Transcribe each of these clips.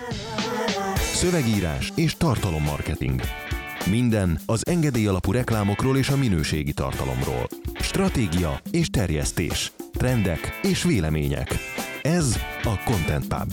Szövegírás és tartalommarketing. Minden az engedély alapú reklámokról és a minőségi tartalomról. Stratégia és terjesztés. Trendek és vélemények. Ez a Content Pub.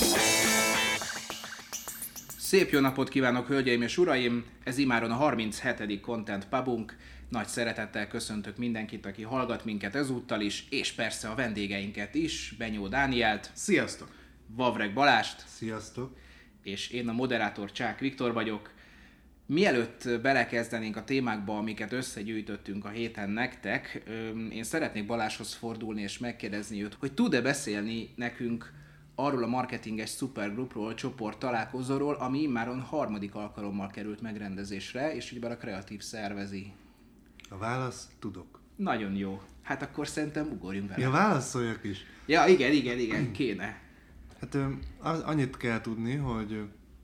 Szép jó napot kívánok, hölgyeim és uraim! Ez imáron a 37. Content Pubunk. Nagy szeretettel köszöntök mindenkit, aki hallgat minket ezúttal is, és persze a vendégeinket is, Benyó Dánielt. Sziasztok! Vavreg Balást. Sziasztok! És én a moderátor Csák Viktor vagyok. Mielőtt belekezdenénk a témákba, amiket összegyűjtöttünk a héten nektek, én szeretnék Balázshoz fordulni és megkérdezni őt, hogy tud-e beszélni nekünk arról a marketinges szupergrupról, csoport találkozóról, ami immáron harmadik alkalommal került megrendezésre, és ugyebár a Kreatív szervezi. A válasz, tudok. Nagyon jó. Hát akkor szerintem ugorjunk vele. Ja, válaszoljak is. Ja, igen, kéne. Hát annyit kell tudni, hogy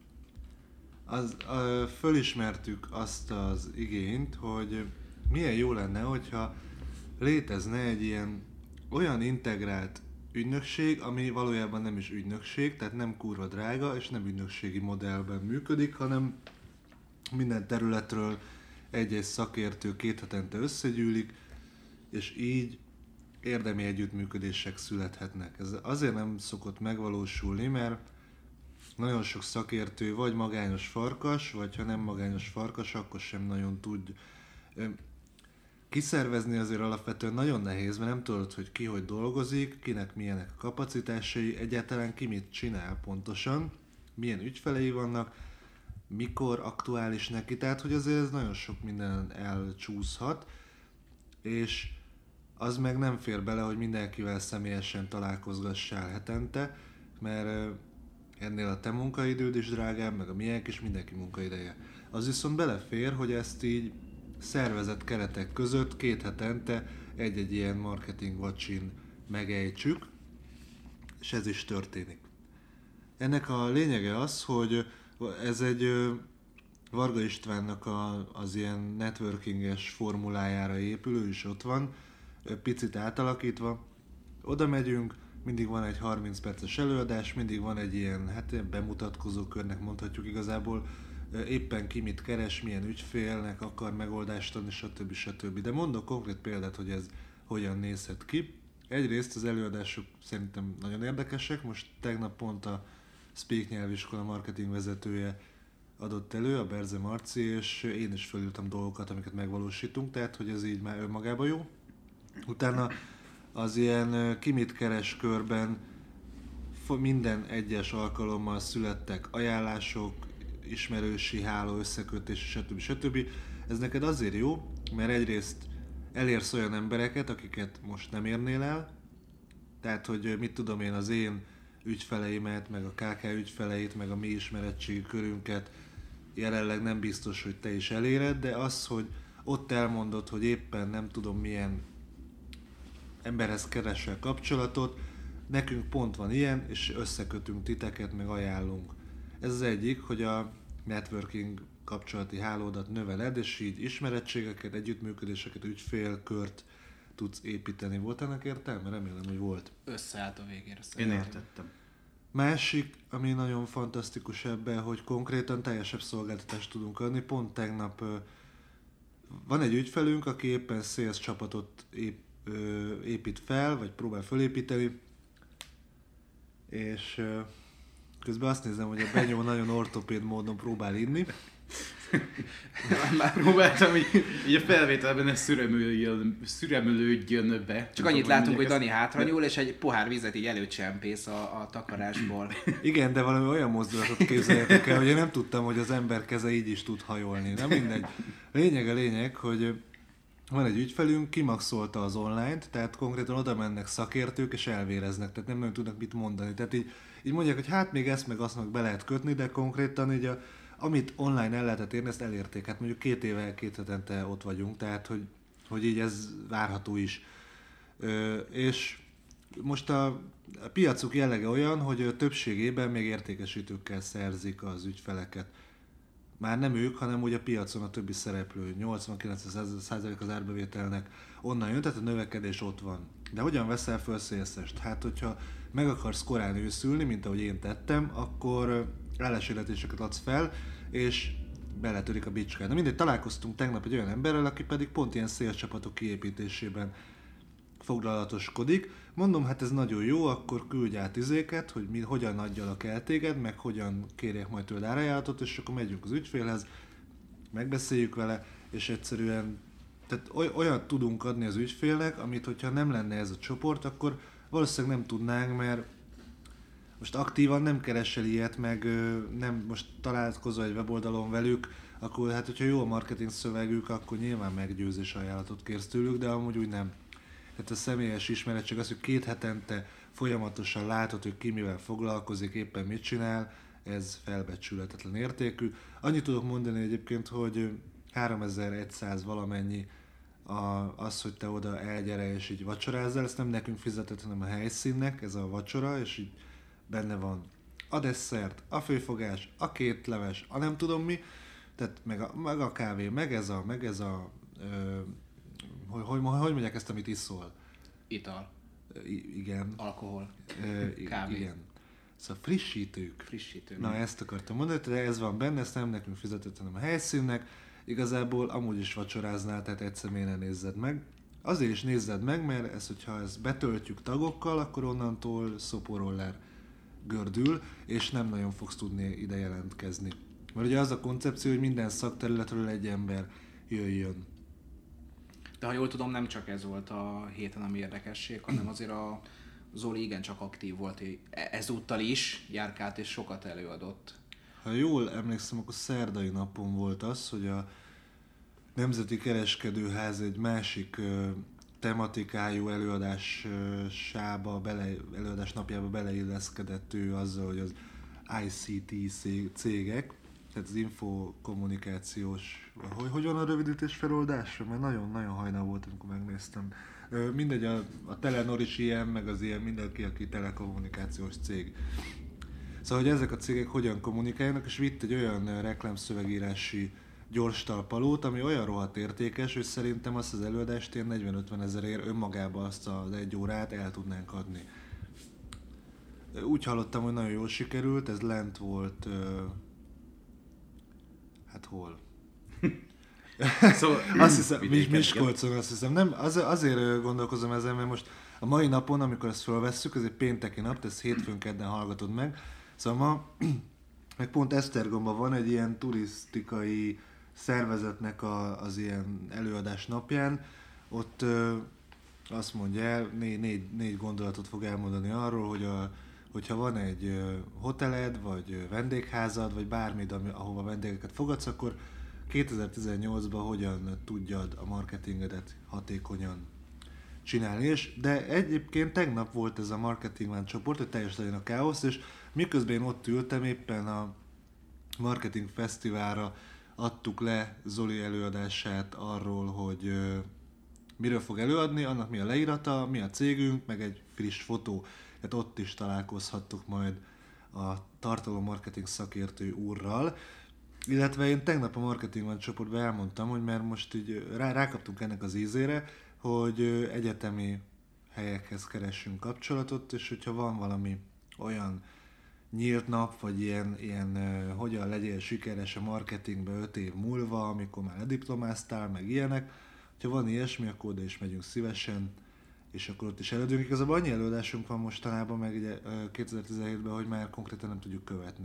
fölismertük azt az igényt, hogy milyen jó lenne, hogyha létezne egy ilyen olyan integrált ügynökség, ami valójában nem is ügynökség, tehát nem kurva drága, és nem ügynökségi modellben működik, hanem minden területről egy-egy szakértő 2 hetente összegyűlik, és így érdemi együttműködések születhetnek. Ez azért nem szokott megvalósulni, mert nagyon sok szakértő vagy magányos farkas, vagy ha nem magányos farkas, akkor sem nagyon tud. Kiszervezni azért alapvetően nagyon nehéz, mert nem tudod, hogy ki hogy dolgozik, kinek milyenek a kapacitásai, egyáltalán ki mit csinál pontosan, milyen ügyfelei vannak, mikor aktuális neki, tehát hogy azért ez nagyon sok minden elcsúszhat, és az meg nem fér bele, hogy mindenkivel személyesen találkozgassál hetente, mert ennél a te munkaidőd is drágább, meg a miénk is, mindenki munkaideje. Az viszont belefér, hogy ezt így szervezett keretek között 2 hetente egy-egy ilyen marketing vacsin megejtsük, és ez is történik. Ennek a lényege az, hogy ez egy Varga Istvánnak az ilyen networkinges formulájára épül, ő is ott van, picit átalakítva. Oda megyünk, mindig van egy 30 perces előadás, mindig van egy ilyen bemutatkozó körnek mondhatjuk igazából, éppen ki mit keres, milyen ügyfélnek akar megoldást adni, stb. De mondok konkrét példát, hogy ez hogyan nézhet ki. Egyrészt az előadások szerintem nagyon érdekesek, most tegnap pont a Speak nyelviskola marketing vezetője adott elő, a Berze Marci, és én is felírtam dolgokat, amiket megvalósítunk, tehát hogy ez így már önmagában jó. Utána az ilyen ki mit keres körben minden egyes alkalommal születtek ajánlások, ismerősi háló, összekötés, stb. Ez neked azért jó, mert egyrészt elérsz olyan embereket, akiket most nem érnél el, tehát hogy mit tudom én, az én ügyfeleimet, meg a KK ügyfeleit, meg a mi ismeretségi körünket jelenleg nem biztos, hogy te is eléred, de az, hogy ott elmondod, hogy éppen nem tudom milyen emberhez keresel kapcsolatot, nekünk pont van ilyen, és összekötünk titeket, meg ajánlunk. Ez az egyik, hogy a networking kapcsolati hálódat növeled, és így ismerettségeket, együttműködéseket, ügyfélkört tudsz építeni. Volt ennek értelme? Remélem, hogy volt. Összeállt a végére. Én értettem. Másik, ami nagyon fantasztikus ebben, hogy konkrétan teljesebb szolgáltatást tudunk adni. Pont tegnap van egy ügyfelünk, aki éppen sales csapatot épít fel, vagy próbál fölépíteni, és közben azt nézem, hogy a Benyó nagyon ortopéd módon próbál inni. Már próbáltam, hogy így a felvételben ez szüremlődjön be. Csak annyit látunk, hogy Dani hátranyúl, és egy pohár vizet így előcsempész a takarásból. Igen, de valami olyan mozdulatot képzeljetek el, hogy én nem tudtam, hogy az ember keze így is tud hajolni. Nem mindegy. Lényeg, hogy van egy ügyfelünk, kimaxolta az online-t, tehát konkrétan oda mennek szakértők és elvéreznek, tehát nem nagyon tudnak mit mondani. Tehát így mondják, hogy hát még ezt meg azt meg be lehet kötni, de konkrétan így amit online el lehetett érni, ezt elérték. Hát mondjuk 2 éve, 2 hetente ott vagyunk, tehát hogy így ez várható is. És most a piacuk jellege olyan, hogy többségében még értékesítőkkel szerzik az ügyfeleket. Már nem ők, hanem úgy a piacon a többi szereplő, 80-90% az árbevételnek onnan jön, tehát a növekedés ott van. De hogyan veszel föl szélszest? Hát, hogyha meg akarsz korán őszülni, mint ahogy én tettem, akkor álláshirdetéseket adsz fel, és beletörik a bicskát. Na mindegy, találkoztunk tegnap egy olyan emberrel, aki pedig pont ilyen szélcsapatok kiépítésében foglalatoskodik. Mondom, hát ez nagyon jó, akkor küldj át izéket, hogy hogyan adjalak el téged, meg hogyan kérjek majd tőled árajánlatot, és akkor megyünk az ügyfélhez, megbeszéljük vele, és egyszerűen tehát olyat tudunk adni az ügyfélnek, amit hogyha nem lenne ez a csoport, akkor valószínűleg nem tudnánk, mert most aktívan nem keresel ilyet, meg nem most találkozol egy weboldalon velük, akkor hát hogyha jó a marketing szövegük, akkor nyilván meggyőzés ajánlatot kérsz tőlük, de amúgy úgy nem. Tehát a személyes ismeretség az, hogy 2 hetente folyamatosan látod, hogy ki mivel foglalkozik, éppen mit csinál, ez felbecsülhetetlen értékű. Annyit tudok mondani egyébként, hogy 3100 valamennyi az, hogy te oda elgyere és így vacsorázzál, ezt nem nekünk fizetett, hanem a helyszínnek, ez a vacsora, és így benne van a desszert, a főfogás, a 2 leves, a nem tudom mi, tehát meg a kávé, meg ez a hogy mondják ezt, amit iszol? Ital. Igen. Alkohol. Kávé. Igen. Szóval frissítők. Na, ezt akartam mondani, de ez van benne, ezt nem nekünk fizetett, hanem a helyszínnek. Igazából amúgy is vacsoráznál, tehát egyszer miért ne nézzed meg. Azért is nézzed meg, mert hogyha ezt betöltjük tagokkal, akkor onnantól szopóroller gördül, és nem nagyon fogsz tudni ide jelentkezni. Mert ugye az a koncepció, hogy minden szakterületről egy ember jöjjön. De ha jól tudom, nem csak ez volt a héten, ami érdekesség, hanem azért a Zoli igencsak aktív volt ezúttal is, járkált és sokat előadott. Ha jól emlékszem, akkor szerdai napon volt az, hogy a Nemzeti Kereskedőház egy másik tematikájú előadás napjába beleilleszkedett ő azzal, hogy az ICT cégek, tehát az infokommunikációs, hogy van a rövidítés feloldása? Mert nagyon-nagyon hajnal volt, amikor megnéztem. Mindegy, a Telenor is ilyen, meg az ilyen mindenki, aki telekommunikációs cég. Szóval, hogy ezek a cégek hogyan kommunikálnak, és vitt egy olyan reklámszövegírási gyors talpalót, ami olyan rohadt értékes, hogy szerintem azt az előadást én 40-50 ezerért önmagában azt az 1 órát el tudnánk adni. Úgy hallottam, hogy nagyon jól sikerült, ez lent volt... hát hol? Szóval, azt hiszem, Miskolcon, azt hiszem. Nem, azért gondolkozom ezen, mert most a mai napon, amikor ezt felvesszük, ez egy pénteki nap, te ezt hétfőn kedden hallgatod meg. Szóval ma, meg pont Esztergomban van egy ilyen turisztikai szervezetnek az ilyen előadás napján. Ott azt mondja el, négy gondolatot fog elmondani arról, hogyha van egy hoteled, vagy vendégházad, vagy bármit, ahova vendégeket fogadsz, akkor 2018-ban hogyan tudjad a marketingedet hatékonyan csinálni. De egyébként tegnap volt ez a Marketing One csoport, hogy teljes legyen a káosz, és miközben én ott ültem, éppen a Marketing Fesztiválra adtuk le Zoli előadását arról, hogy miről fog előadni, annak mi a leírata, mi a cégünk, meg egy friss fotó. Hát ott is találkozhattuk majd a tartalommarketing szakértő úrral. Illetve én tegnap a Marketing One csoportban elmondtam, hogy mert most így rákaptunk ennek az ízére, hogy egyetemi helyekhez keressünk kapcsolatot, és hogyha van valami olyan nyílt nap, vagy ilyen hogyan legyél sikeres a marketingbe 5 év múlva, amikor már lediplomáztál, meg ilyenek, hogyha van ilyesmi, akkor oda is megyünk szívesen, és akkor ott is előadunk. Igazából annyi előadásunk van mostanában, meg ugye 2017-ben, hogy már konkrétan nem tudjuk követni.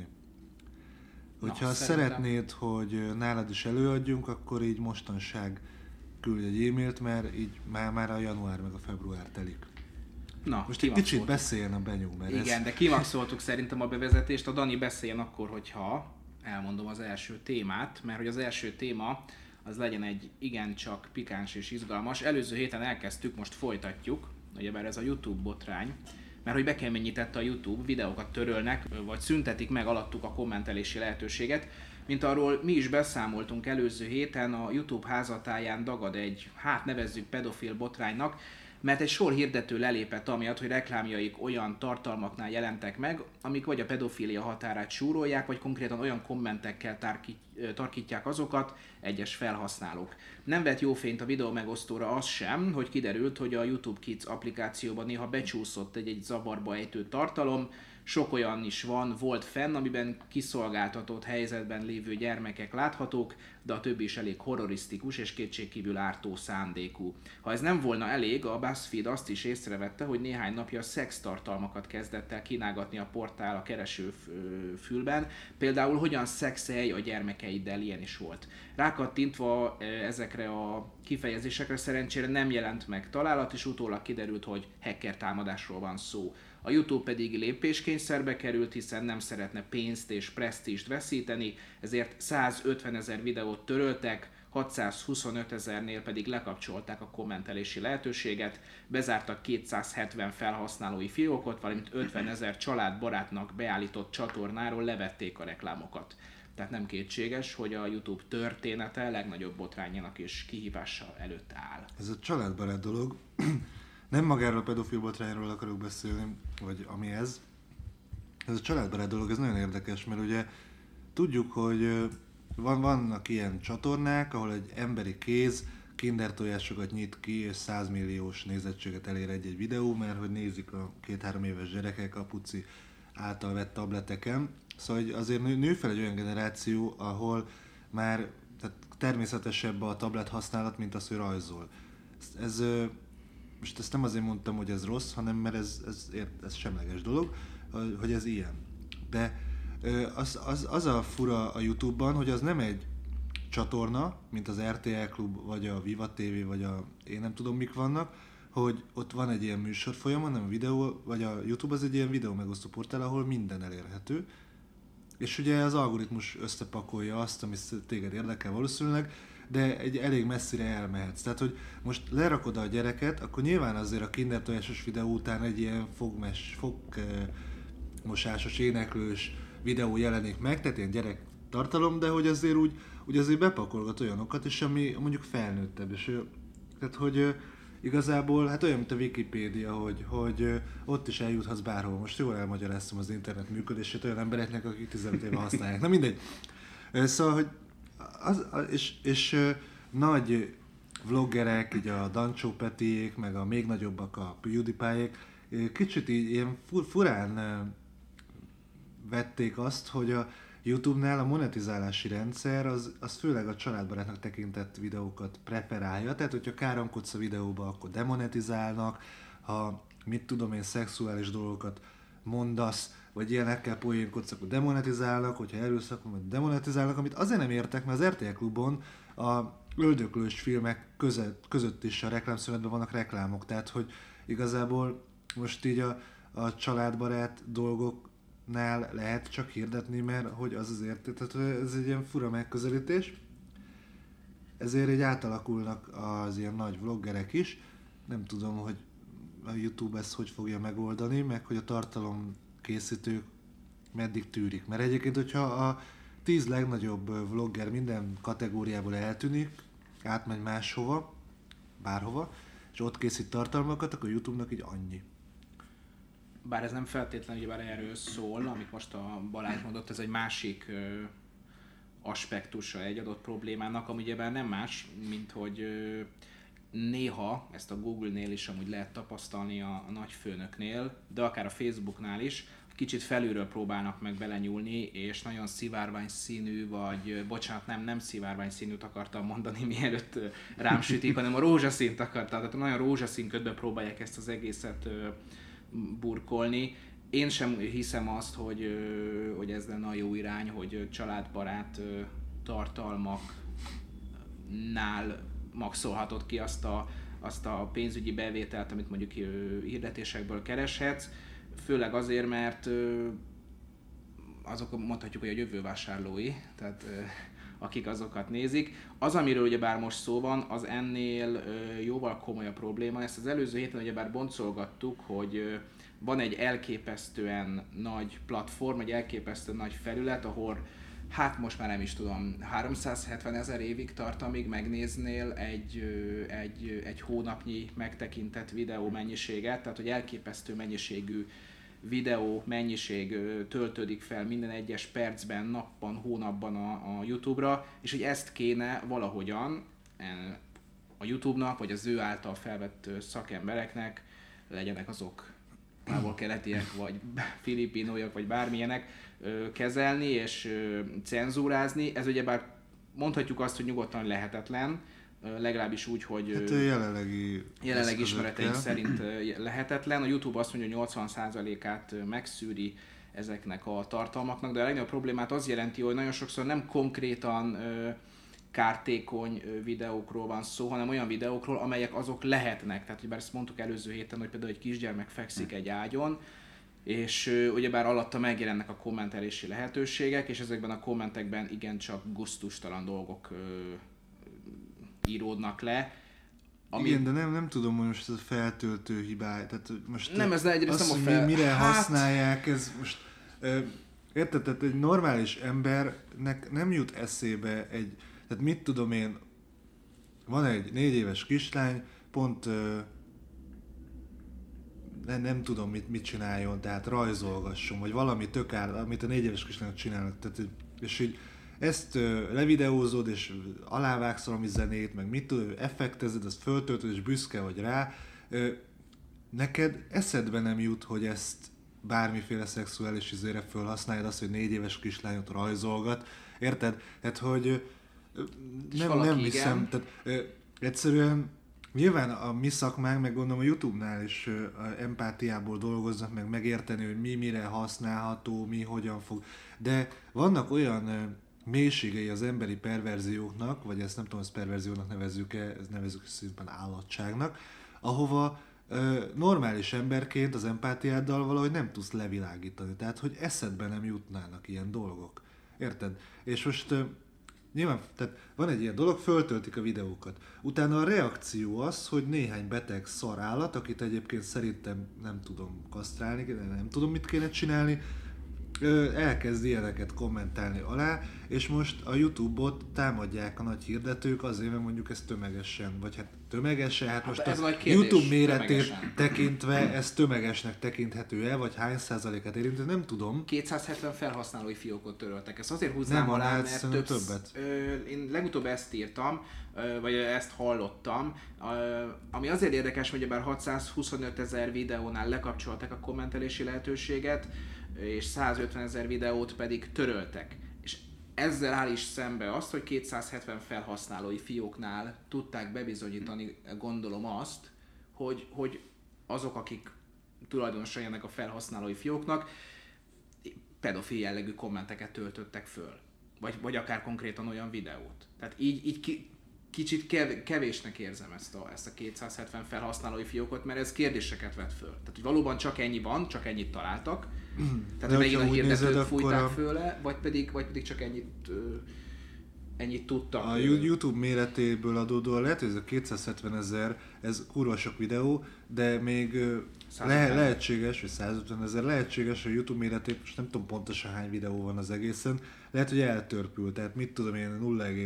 Hogyha szeretnéd, hogy nálad is előadjunk, akkor így mostanság küldj egy e-mailt, mert így már a január meg a február telik. Na, most egy kicsit beszéljen a Benyú, mert igen, de kimaxoltuk szerintem a bevezetést. A Dani beszéljen akkor, hogyha elmondom az első témát, mert hogy az első téma az legyen egy igencsak pikáns és izgalmas. Előző héten elkezdtük, most folytatjuk, ugyebár ez a YouTube botrány, mert hogy bekeményítette a YouTube, videókat törölnek, vagy szüntetik meg alattuk a kommentelési lehetőséget. Mint arról mi is beszámoltunk előző héten, a YouTube házatáján dagad egy, nevezzük pedofil botránynak, mert egy sor hirdető lelépett amiatt, hogy reklámjaik olyan tartalmaknál jelentek meg, amik vagy a pedofília határát súrolják, vagy konkrétan olyan kommentekkel tarkítják azokat egyes felhasználók. Nem vett jó fényt a videó megosztóra az sem, hogy kiderült, hogy a YouTube Kids applikációban néha becsúszott egy zavarba ejtő tartalom, sok olyan is volt fenn, amiben kiszolgáltatott helyzetben lévő gyermekek láthatók, de a többi is elég horrorisztikus és kétségkívül ártó szándékú. Ha ez nem volna elég, a BuzzFeed azt is észrevette, hogy néhány napja szextartalmakat kezdett el kínálgatni a portál a keresőfülben, például hogyan szexelj a gyermekeiddel, ilyen is volt. Rákattintva ezekre a kifejezésekre szerencsére nem jelent meg találat, és utólag kiderült, hogy hacker támadásról van szó. A YouTube pedig lépéskényszerbe került, hiszen nem szeretne pénzt és presztízst veszíteni, ezért 150 000 videót töröltek, 625 000-nél pedig lekapcsolták a kommentelési lehetőséget, bezártak 270 felhasználói fiókot, valamint 50 000 családbarátnak beállított csatornáról levették a reklámokat. Tehát nem kétséges, hogy a YouTube története legnagyobb botrányának és kihívása előtt áll. Ez a családbarát dolog, nem magáról a pedofil botrányról akarok beszélni, vagy ami ez. Ez a családbarát dolog, ez nagyon érdekes, mert ugye tudjuk, hogy vannak ilyen csatornák, ahol egy emberi kéz Kinder tojásokat nyit ki, és 100 milliós nézettséget elér egy videó, mert hogy nézik a 2-3 éves gyerekek a puci által vett tableteken. Szóval azért nő fel egy olyan generáció, ahol már természetesebb a tablet használat, mint az, hogy rajzol. Most ezt nem azért mondtam, hogy ez rossz, hanem mert ez semleges dolog, hogy ez ilyen. De az a fura a YouTube-ban, hogy az nem egy csatorna, mint az RTL Klub, vagy a Viva TV, vagy én nem tudom mik vannak, hogy ott van egy ilyen műsorfolyam, hanem a videó, vagy a YouTube az egy ilyen videó megosztó portál, ahol minden elérhető. És ugye az algoritmus összepakolja azt, ami téged érdekel valószínűleg, de egy elég messzire elmehetsz. Tehát, hogy most lerakod a gyereket, akkor nyilván azért a Kinder tojásos videó után egy ilyen fogmosásos, éneklős videó jelenik meg, tehát ilyen gyerek tartalom, de hogy azért úgy azért bepakolgat olyanokat is, ami mondjuk felnőttebb. És, tehát, hogy igazából, hát olyan, mint a Wikipédia, hogy ott is eljuthatsz bárhol. Most jól elmagyaráztam az internet működését olyan embereknek, akik 15 éve használják. Na mindegy. Szóval, hogy nagy vloggerek, így a Dancsó Petiék, meg a még nagyobbak a PewDiePie-ék, kicsit így ilyen furán vették azt, hogy a YouTube-nál a monetizálási rendszer az főleg a családbarátnak tekintett videókat preferálja, tehát hogyha káromkodsz a videóba, akkor demonetizálnak, ha mit tudom én, szexuális dolgokat mondasz, vagy ilyenekkel poénkodsz, akkor demonetizálnak, hogyha erőszakon, demonetizálnak, amit azért nem értek, mert az RTL Klubon a öldöklős filmek között is a reklámszünetben vannak reklámok, tehát hogy igazából most így a családbarát dolgoknál lehet csak hirdetni, mert hogy az azért, tehát ez egy ilyen fura megközelítés. Ezért így átalakulnak az ilyen nagy vloggerek is. Nem tudom, hogy a YouTube ezt hogy fogja megoldani, meg hogy a tartalomkészítők meddig tűrik. Mert egyébként, hogyha a 10 legnagyobb vlogger minden kategóriából eltűnik, átmegy máshova, bárhova, és ott készít tartalmakat, akkor a YouTube-nak így annyi. Bár ez nem feltétlenül ugyebár erről szól, amit most a Balázs mondott, ez egy másik aspektusa egy adott problémának, ami ugyebár nem más, mint hogy néha, ezt a Google-nél is amúgy lehet tapasztalni a nagyfőnöknél, de akár a Facebooknál is, kicsit felülről próbálnak meg belenyúlni, és nagyon szivárvány színű, vagy bocsánat, nem szivárvány színűt akartam mondani, mielőtt rám sütik, hanem a rózsaszínt akartam, tehát nagyon rózsaszín ködbe próbálják ezt az egészet burkolni. Én sem hiszem azt, hogy ez lenne a jó irány, hogy családbarát tartalmaknál maxolhatod ki azt a pénzügyi bevételt, amit mondjuk hirdetésekből kereshetsz, főleg azért, mert azok mondhatjuk, hogy a jövővásárlói, tehát akik azokat nézik. Az, amiről ugyebár most szó van, az ennél jóval komolyabb probléma. Ezt az előző héten ugyebár boncolgattuk, hogy van egy elképesztően nagy platform, egy elképesztően nagy felület, ahol hát most már nem is tudom, 370 000 évig tart, amíg megnéznél egy hónapnyi megtekintett videó mennyiséget, tehát hogy elképesztő mennyiségű videó mennyiség töltődik fel minden egyes percben, napban, hónapban a YouTube-ra, és hogy ezt kéne valahogyan a YouTube-nak, vagy az ő által felvett szakembereknek, legyenek azok távol-keletiek, vagy filipinóiak, vagy bármilyenek kezelni és cenzúrázni. Ez ugyebár mondhatjuk azt, hogy nyugodtan lehetetlen, legalábbis úgy, hogy hát jelenleg ismereteink szerint lehetetlen. A YouTube azt mondja, hogy 80%-át megszűri ezeknek a tartalmaknak, de a legnagyobb problémát az jelenti, hogy nagyon sokszor nem konkrétan kártékony videókról van szó, hanem olyan videókról, amelyek azok lehetnek. Tehát, hogy bár ezt mondtuk előző héten, hogy például egy kisgyermek fekszik egy ágyon, és ugyebár alatta megjelennek a kommentelési lehetőségek, és ezekben a kommentekben igencsak gusztustalan dolgok íródnak le. Igen, de nem tudom, hogy most ez a feltöltő hibája. Tehát most nem, ez egyrészt az, nem mire használják, ez most... Érted? Tehát egy normális embernek nem jut eszébe egy... Tehát mit tudom én, van egy 4 éves kislány, pont nem tudom mit csináljon, tehát rajzolgasson, vagy valami tök amit a 4 éves kislányok csinálnak. Tehát, és így ezt levideózod, és alávágsz valami zenét, meg mit tudom, effektezed, azt föltöltöd, és büszke vagy rá. Neked eszedbe nem jut, hogy ezt bármiféle szexuális izére fölhasználjad, azt, hogy 4 éves kislányot rajzolgat. Érted? Tehát, hogy nem hiszem. Tehát, egyszerűen nyilván a mi szakmánk, meg gondolom a YouTube-nál is empátiából dolgoznak, meg megérteni, hogy mire használható, mi hogyan fog. De vannak olyan mélységei az emberi perverzióknak, vagy ezt nem tudom, ezt perverziónak nevezzük-e, nevezzük szintén állatságnak, ahova normális emberként az empátiáddal valahogy nem tudsz levilágítani. Tehát, hogy eszedbe nem jutnának ilyen dolgok. Érted? És most nyilván, tehát van egy ilyen dolog, föltöltik a videókat. Utána a reakció az, hogy néhány beteg szar állat, akit egyébként szerintem nem tudom kasztrálni, nem tudom mit kéne csinálni, elkezd ilyeneket kommentálni alá, és most a YouTube-ot támadják a nagy hirdetők azért, mert mondjuk ez tömegesen, vagy hát tömegesen, hát most ez a YouTube méretét tekintve ez tömegesnek tekinthető-e, vagy hány százalékát érint, nem tudom. 270 felhasználói fiókot töröltek. Ezt azért húznám alá, mert többet. Én legutóbb ezt írtam, vagy ezt hallottam, ami azért érdekes, hogy bár 625 000 videónál lekapcsolták a kommentelési lehetőséget, és 150 000 videót pedig töröltek. És ezzel áll is szembe azt, hogy 270 felhasználói fióknál tudták bebizonyítani, gondolom azt, hogy azok, akik tulajdonosai ennek a felhasználói fióknak, pedofil jellegű kommenteket töltöttek föl. Vagy akár konkrétan olyan videót. Tehát így kicsit kevésnek érzem ezt a 270 felhasználói fiókot, mert ez kérdéseket vet föl. Tehát, hogy valóban csak ennyi van, csak ennyit találtak. Tehát, hogy megint a hirdetőt fújták fölle, vagy pedig csak ennyit tudtak. A YouTube méretéből adódóan lehet, hogy ez a 270 000, ez kurva sok videó, de még lehetséges, vagy 150 000, lehetséges, hogy a YouTube méretében, most nem tudom pontosan hány videó van az egészen, lehet, hogy eltörpül, tehát mit tudom én,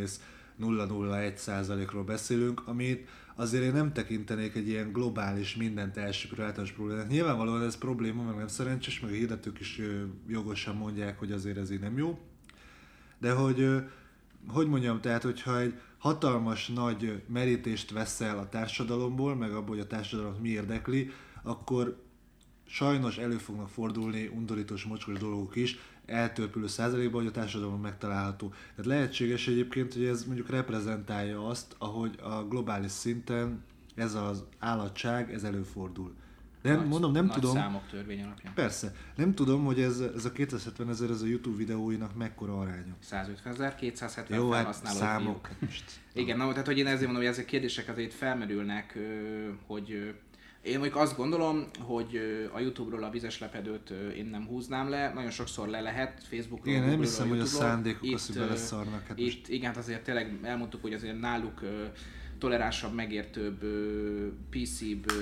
0,001%-ról beszélünk, amit azért én nem tekintenék egy ilyen globális, mindent elsöprő általános problémát. Nyilvánvalóan ez probléma, meg nem szerencsés, meg a hirdetők is jogosan mondják, hogy azért ez így nem jó. De hogy mondjam, tehát hogyha egy hatalmas nagy merítést veszel a társadalomból, meg abból, hogy a társadalmat mi érdekli, akkor sajnos elő fognak fordulni undorítós, mocskos dolgok is, eltörpülő százalékban, hogy a társadalom megtalálható. Tehát lehetséges egyébként, hogy ez mondjuk reprezentálja azt, ahogy a globális szinten ez az állatság, ez előfordul. De mondom, nem tudom. Számok törvény alapján. Persze. Nem tudom, hogy ez a 270 000 ez a YouTube videóinak mekkora aránya. 150 000, 270 jó, felhasználó számok. Igen, tehát hogy én ezért mondom, hogy ezek kérdések azért felmerülnek, hogy én mondjuk azt gondolom, hogy a YouTube-ról a vizes lepedőt én nem húznám le, nagyon sokszor le lehet, Facebookról, én nem hiszem, hogy a szándékuk az, hogy beleszarnak. Hát itt igen, azért tényleg elmondtuk, hogy azért náluk toleránsabb, megértőbb, PC-b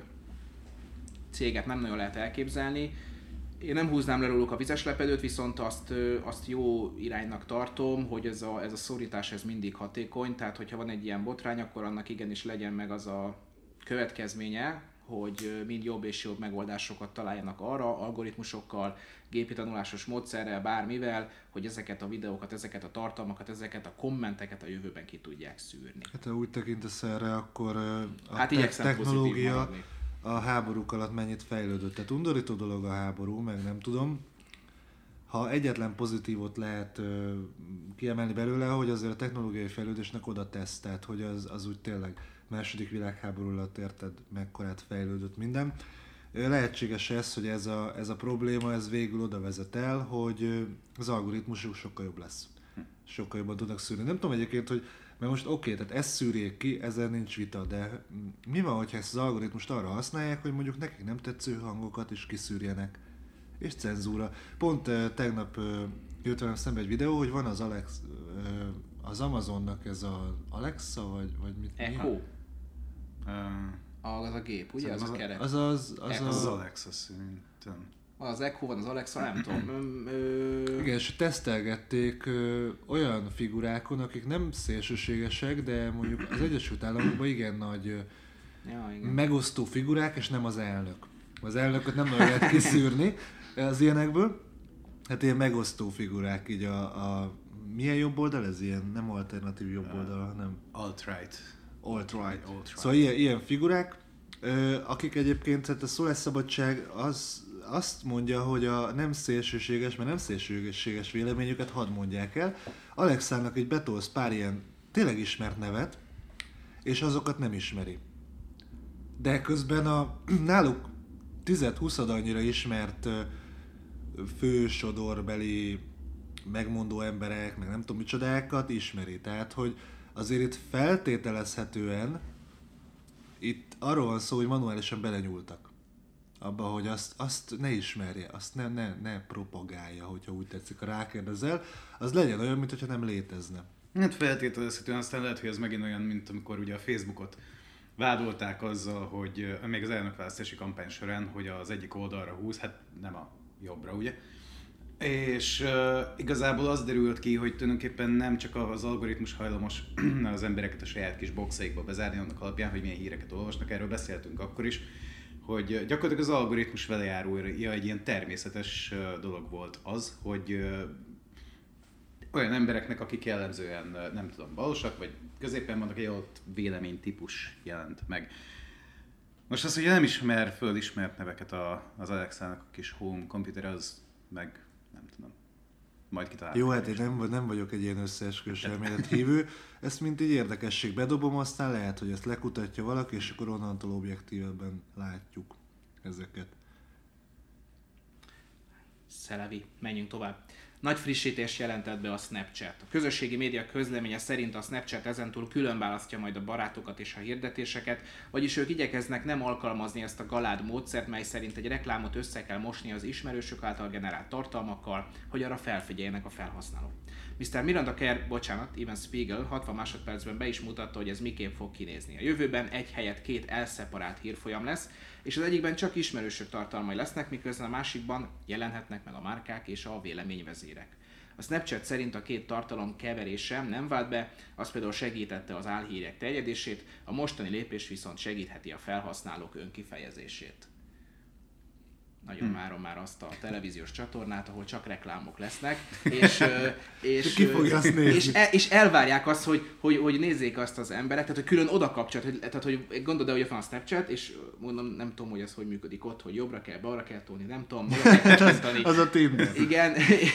céget nem nagyon lehet elképzelni. Én nem húznám le róluk a vizes lepedőt, viszont azt jó iránynak tartom, hogy ez a szorítás ez mindig hatékony, tehát hogyha van egy ilyen botrány, akkor annak igenis legyen meg az a következménye, hogy mind jobb és jobb megoldásokat találjanak arra, algoritmusokkal, gépi tanulásos módszerrel, bármivel, hogy ezeket a videókat, ezeket a tartalmakat, ezeket a kommenteket a jövőben ki tudják szűrni. Hát ha úgy tekintesz erre, akkor a technológia a háborúk alatt mennyit fejlődött. Tehát undorító dolog a háború, meg nem tudom. Ha egyetlen pozitívot lehet kiemelni belőle, hogy azért a technológiai fejlődésnek oda tesz, tehát hogy az úgy tényleg második világháború alatt érted, mekkorát fejlődött minden. Lehetséges ez, hogy ez a probléma ez végül oda vezet el, hogy az algoritmusuk sokkal jobb lesz. Sokkal jobban tudnak szűrni. Nem tudom egyébként, hogy mert most oké, tehát ezt szűrjék ki, ezzel nincs vita, de mi van, hogyha ezt az algoritmust arra használják, hogy mondjuk nekik nem tetsző hangokat is kiszűrjenek? És cenzúra. Pont tegnap jött velem szembe egy videó, hogy van az az Amazonnak ez az Alexa, vagy mit? Echo. Az a gép, ugye? Az a kerek. Az Alexa szerintem. Az Echo van, az Alexa, nem tudom. Igen, és tesztelgették olyan figurákon, akik nem szélsőségesek, de mondjuk az Egyesült Államokban igen nagy igen. megosztó figurák, és nem az elnök. Az elnököt nem nagyon lehet kiszűrni az ilyenekből. Hát ilyen megosztó figurák, így a milyen jobb oldal ez? Ilyen nem alternatív jobb oldal, hanem alt-right. Szóval ilyen figurák, akik egyébként, hát a szólásszabadság azt mondja, hogy a nem szélsőséges, mert nem szélsőséges véleményüket hadd mondják el. Alexának egy betolsz pár ilyen tényleg ismert nevet, és azokat nem ismeri. De közben náluk 10-20 annyira ismert fősodorbeli megmondó emberek, meg nem tudom micsodákat ismeri. Tehát, hogy azért itt feltételezhetően itt arról van szó, hogy manuálisan belenyúltak abba, hogy azt ne ismerje, azt ne propagálja, hogyha úgy tetszik, ha rákérdezel, az legyen olyan, mintha nem létezne. Hát feltételezhetően, aztán lehet, hogy ez megint olyan, mint amikor ugye a Facebookot vádolták azzal, hogy még az elnökválasztási kampány során, hogy az egyik oldalra húz, hát nem a jobbra, ugye? És igazából az derült ki, hogy tulajdonképpen nem csak az algoritmus hajlamos az embereket a saját kis boxaikba bezárni annak alapján, hogy milyen híreket olvasnak, erről beszéltünk akkor is, hogy gyakorlatilag az algoritmus vele járulja egy ilyen természetes dolog volt az, hogy olyan embereknek, akik jellemzően nem tudom, balosak, vagy középen vannak, egy adott véleménytípus jelent meg. Most az, hogy nem ismer fölismert neveket az Alexának a kis home computer, az meg nem tudom. Majd kitalálom. Jó, hát én nem vagyok egy ilyen összeesküvés elmélet hívő. Ezt mint így érdekesség bedobom, aztán lehet, hogy ezt lekutatja valaki, és akkor onnantól objektívebben látjuk ezeket. Szelevi, menjünk tovább. Nagy frissítés jelentett be a Snapchat. A közösségi média közleménye szerint a Snapchat ezentúl külön választja majd a barátokat és a hirdetéseket, vagyis ők igyekeznek nem alkalmazni ezt a galád módszert, mely szerint egy reklámot össze kell mosni az ismerősök által generált tartalmakkal, hogy arra felfigyeljenek a felhasználók. Mr. Miranda Kerr, Evan Spiegel 60 másodpercben be is mutatta, hogy ez miként fog kinézni. A jövőben egy helyett két elszeparált hírfolyam lesz, és az egyikben csak ismerősök tartalmai lesznek, miközben a másikban jelenhetnek meg a márkák és a véleményvezérek. A Snapchat szerint a két tartalom keverése nem vált be, az például segítette az álhírek terjedését, a mostani lépés viszont segítheti a felhasználók önkifejezését. Nagyon várom már azt a televíziós csatornát, ahol csak reklámok lesznek, és elvárják azt, hogy nézzék azt az emberek, tehát hogy külön oda kapcsolat, tehát hogy gondold el, hogy van a Snapchat, és mondom, nem tudom, hogy ez hogy működik ott, hogy jobbra kell, balra kell tolni, nem tudom, az a Tinder. Igen,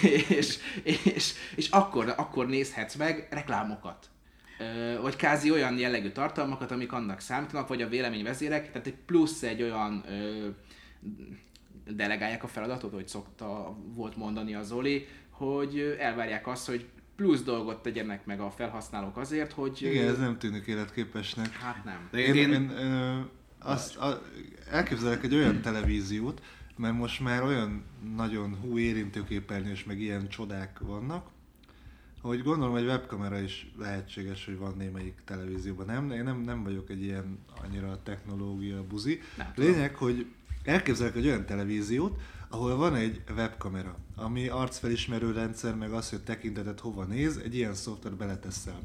és akkor nézhetsz meg reklámokat. Vagy kázi olyan jellegű tartalmakat, amik annak számítanak, vagy a véleményvezérek, tehát egy plusz egy olyan delegálják a feladatot, hogy volt mondani a Zoli, hogy elvárják azt, hogy plusz dolgot tegyenek meg a felhasználók azért, hogy... Igen, ez nem tűnik életképesnek. Hát nem. Én elképzelek egy olyan televíziót, mert most már olyan nagyon érintőképernyős, meg ilyen csodák vannak, hogy gondolom, hogy webkamera is lehetséges, hogy van némelyik televízióban. Én nem vagyok egy ilyen annyira technológia buzi. Lényeg, hogy elképzelek egy olyan televíziót, ahol van egy webkamera, ami arcfelismerő rendszer, meg az, hogy tekintetet hova néz, egy ilyen szoftvert beleteszel.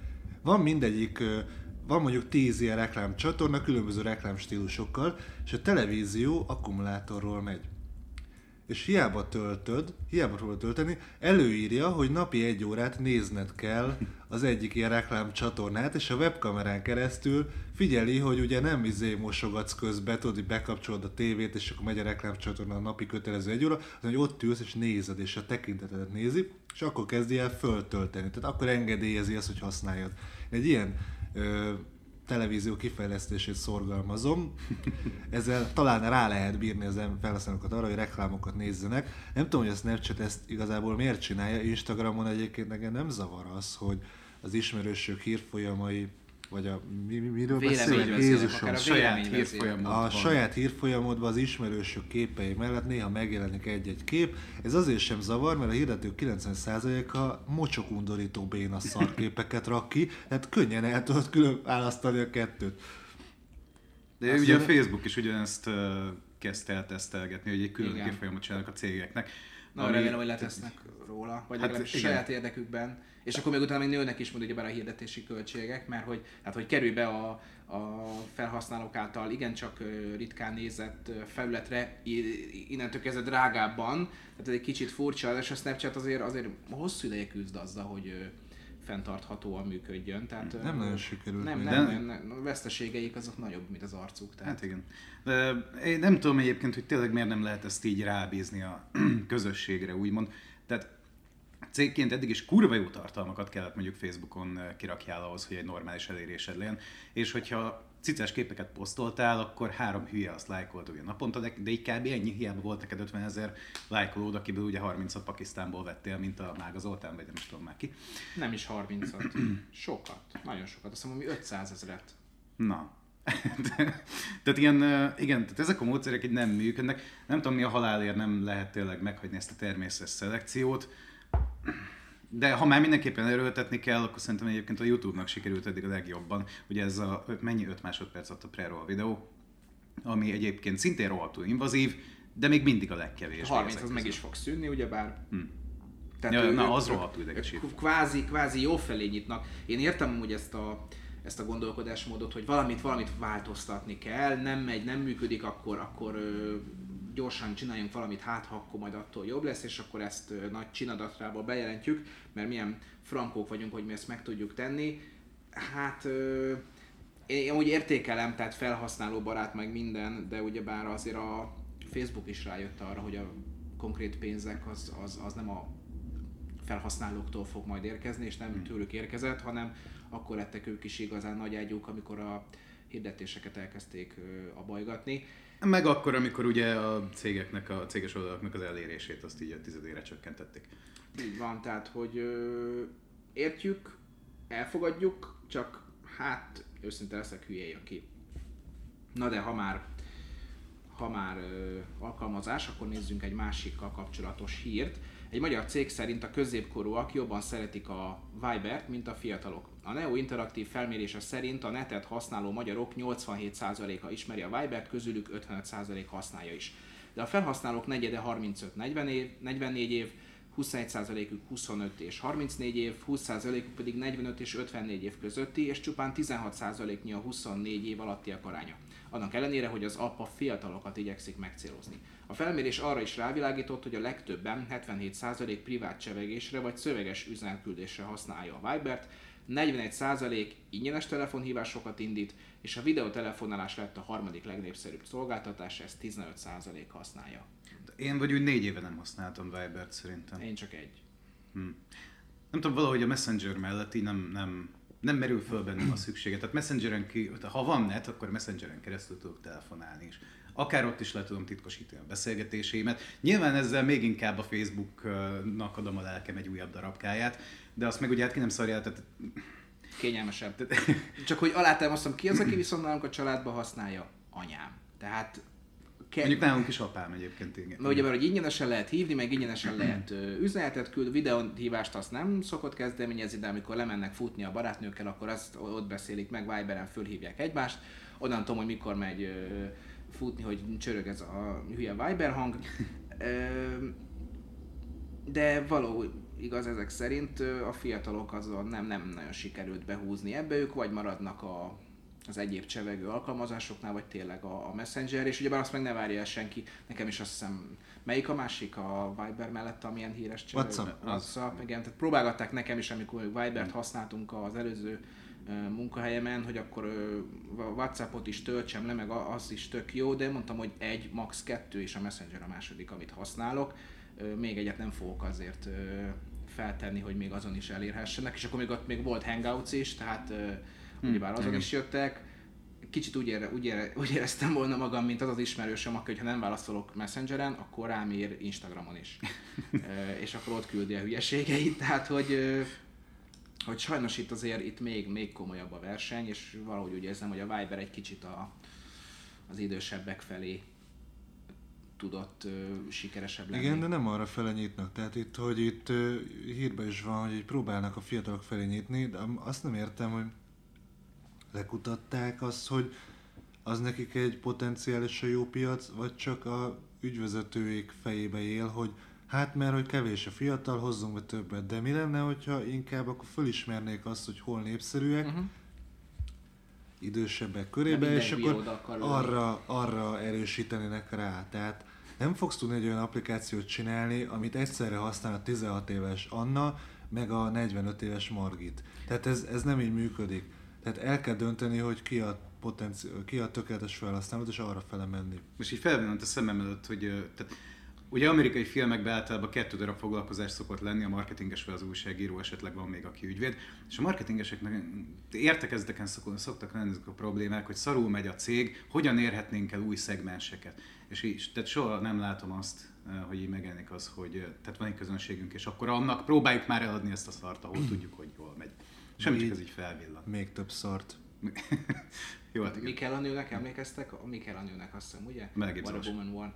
Van mondjuk 10 ilyen reklámcsatorna, különböző reklámstílusokkal, és a televízió akkumulátorról megy. és hiába tudod tölteni, előírja, hogy napi 1 órát nézned kell az egyik ilyen reklámcsatornát, és a webkamerán keresztül figyeli, hogy ugye nem mosogatsz közben, tudod, hogy bekapcsolod a tévét, és akkor megy a reklámcsatorna a napi kötelező 1 óra, hanem hogy ott ülsz és nézed, és a tekintetedet nézi, és akkor kezdi el föltölteni. Tehát akkor engedélyezi azt, hogy használjad. Egy ilyen televízió kifejlesztését szorgalmazom. Ezzel talán rá lehet bírni az felhasználókat arra, hogy reklámokat nézzenek. Nem tudom, hogy a Snapchat ezt igazából miért csinálja. Instagramon egyébként nekem nem zavar az, hogy az ismerősök hírfolyamai, vagy miről beszélek? Jézusom. A saját hírfolyamodban az ismerősök képei mellett néha megjelenik egy-egy kép. Ez azért sem zavar, mert a hirdetők 90%-a mocsokundorító béna szarképeket rak ki, tehát könnyen el tudod külön választani a kettőt. De ugye a Facebook is ugyanezt kezdte el tesztelgetni, hogy egy külön hírfolyamot csinálnak a cégeknek. Na, remélem, hogy letesznek róla, vagy legalábbis saját érdekükben. És akkor még utána még nőnek is mondjuk a hirdetési költségek, mert hogy kerülj be a felhasználók által igencsak ritkán nézett felületre, innentől kezdve drágábban, tehát ez egy kicsit furcsa, és a Snapchat azért hosszú ideje küzd azzal, hogy fenntarthatóan működjön. Tehát, nem nagyon sikerült. Nem, a veszteségeik azok nagyobb, mint az arcuk. Tehát. Hát igen. De én nem tudom egyébként, hogy tényleg miért nem lehet ezt így rábízni a közösségre, úgymond. Tehát cégként eddig is kurva jó tartalmakat kellett mondjuk Facebookon kirakjál ahhoz, hogy egy normális elérésed legyen, és hogyha cicás képeket posztoltál, akkor 3 hülye azt lájkolt ugye naponta, de így kb. Ennyi, hiába volt neked 50 000 lájkolód, akiből ugye 30-at Pakisztánból vettél, mint a Mága Zoltán, vagy nem is tudom már ki. Nem is 30-at. Sokat. Nagyon sokat. Azt mondom, hogy 500 000. Na. Tehát igen, tehát ezek a módszerek így nem működnek. Nem tudom, mi a halálért nem lehet tényleg meghagyni ezt a természetes szelekciót. De ha már mindenképpen erőltetni kell, akkor szerintem egyébként a YouTube-nak sikerült eddig a legjobban. Ugye ez a 5 másodperc a pre-roll videó, ami egyébként szintén rohadtul invazív, de még mindig a legkevésbé. 30 az meg is fog szűnni, ugyebár. Tehát az rohadtul idegesítő. Kvázi jó felé nyitnak. Én értem hogy ezt a gondolkodásmódot, hogy valamit változtatni kell, nem működik, akkor gyorsan csináljunk valamit, hát ha akkor majd attól jobb lesz, és akkor ezt nagy csinadatra bejelentjük, mert milyen frankók vagyunk, hogy mi ezt meg tudjuk tenni. Hát én úgy értékelem, tehát felhasználóbarát meg minden, de ugyebár azért a Facebook is rájött arra, hogy a konkrét pénzek az nem a felhasználóktól fog majd érkezni, és nem tőlük érkezett, hanem akkor lettek ők is igazán nagy ágyúk, amikor hirdetéseket elkezdték abajgatni. Meg akkor, amikor ugye a cégeknek, a céges oldalaknak az elérését azt így a 10-ére csökkentették. Így van, tehát hogy értjük, elfogadjuk, csak hát őszinte leszek, hülye aki. Na de ha már alkalmazás, akkor nézzünk egy másikkal kapcsolatos hírt. Egy magyar cég szerint a középkorúak jobban szeretik a Vibert, mint a fiatalok. A Neo interaktív felmérése szerint a netet használó magyarok 87%-a ismeri a Vibert, közülük 55% használja is. De a felhasználók negyede 35-44 év, 21%-ük 25 és 34 év, 20%-uk pedig 45 és 54 év közötti, és csupán 16%-nyi a 24 év alattiak aránya. Annak ellenére, hogy az app a fiatalokat igyekszik megcélozni. A felmérés arra is rávilágított, hogy a legtöbben 77% privát csevegésre vagy szöveges üzenetküldésre használja a Vibert, 41% ingyenes telefonhívásokat indít, és a videótelefonálás lett a harmadik legnépszerűbb szolgáltatás, ezt 15% használja. Én vagy úgy 4 éve nem használtam Vibert szerintem. Én csak egy. Nem tudom, valahogy a Messenger mellett így nem merül föl bennem a szüksége. Tehát Messengeren ha van net, akkor Messengeren keresztül tudok telefonálni is. Akár ott is le tudom titkosítani a beszélgetéseimet. Nyilván ezzel még inkább a Facebooknak adom a lelkem egy újabb darabkáját, de azt meg ugye hát ki nem szarja, tehát... Kényelmesebb. Csak hogy alátámasztom, ki az, aki viszont nálunk a családban használja? Anyám. Tehát... Mondjuk nálunk is apám egyébként, igen. Mert ugye, hogy ingyenesen lehet hívni, meg ingyenesen lehet üzenetet küld, videóhívást azt nem szokott kezdeményezni, de amikor lemennek futni a barátnőkkel, akkor azt ott beszélik meg, Viberen fölhívják egymást. Onnan tudom, hogy mikor megy futni, hogy csörög ez a hülye Viber hang. De való igaz ezek szerint a fiatalok azon nem nagyon sikerült behúzni ebbe, ők vagy maradnak a az egyéb csevegő alkalmazásoknál, vagy tényleg a Messenger, és ugyebár azt meg ne várja el senki, nekem is azt hiszem, melyik a másik a Viber mellett, amilyen híres csevegő? WhatsApp, igen, tehát próbálgatták nekem is, amikor Vibert használtunk az előző munkahelyemen, hogy akkor WhatsAppot is töltsem le, meg az is tök jó, de mondtam, hogy max. 2, és a Messenger a második, amit használok. Még egyet nem fogok azért feltenni, hogy még azon is elérhessenek, és akkor még ott még volt Hangouts is, tehát ugyebár azon is jöttek. Kicsit úgy éreztem volna magam, mint az az ismerősöm, aki, ha nem válaszolok Messengeren, akkor rám ír Instagramon is. És akkor ott küldi a hülyeségeit, tehát hogy sajnos itt még komolyabb a verseny, és valahogy úgy érzem, hogy a Viber egy kicsit az idősebbek felé tudott sikeresebb lenni. Igen, de nem arra fele nyitnak. Tehát itt hírben is van, hogy próbálnak a fiatalok felé nyitni, de azt nem értem, hogy lekutatták azt, hogy az nekik egy potenciálisan jó piac, vagy csak a ügyvezetőik fejébe él, hogy hát mert hogy kevés a fiatal, hozzunk be többet. De mi lenne, hogyha inkább akkor fölismernék azt, hogy hol népszerűek, idősebbek körébe, és akkor arra erősítenének rá. Tehát nem fogsz tudni egy olyan applikációt csinálni, amit egyszerre használ a 16 éves Anna, meg a 45 éves Margit. Tehát ez nem így működik. Tehát el kell dönteni, hogy ki a tökéletes felhasználó, és arra fele menni. Most így felvillant a szemem előtt, hogy tehát, ugye amerikai filmekben általában 2 darab foglalkozás szokott lenni, a marketinges vagy az újságíró, esetleg van még aki ügyvéd, és a marketingeseknek értekezleteken szoktak lenni ezek a problémák, hogy szarul megy a cég, hogyan érhetnénk el új szegmenseket. És így, tehát soha nem látom azt, hogy így megjelenik az, hogy tehát van egy közönségünk, és akkor annak próbáljuk már eladni ezt a szart, ahol tudjuk, hogy jól megy. Semmi csak ez így felvillan. Még több szart. Jó, hát Mikel a nőnek emlékeztek? A Mikel a nőnek, azt hiszem, ugye? What a Woman One.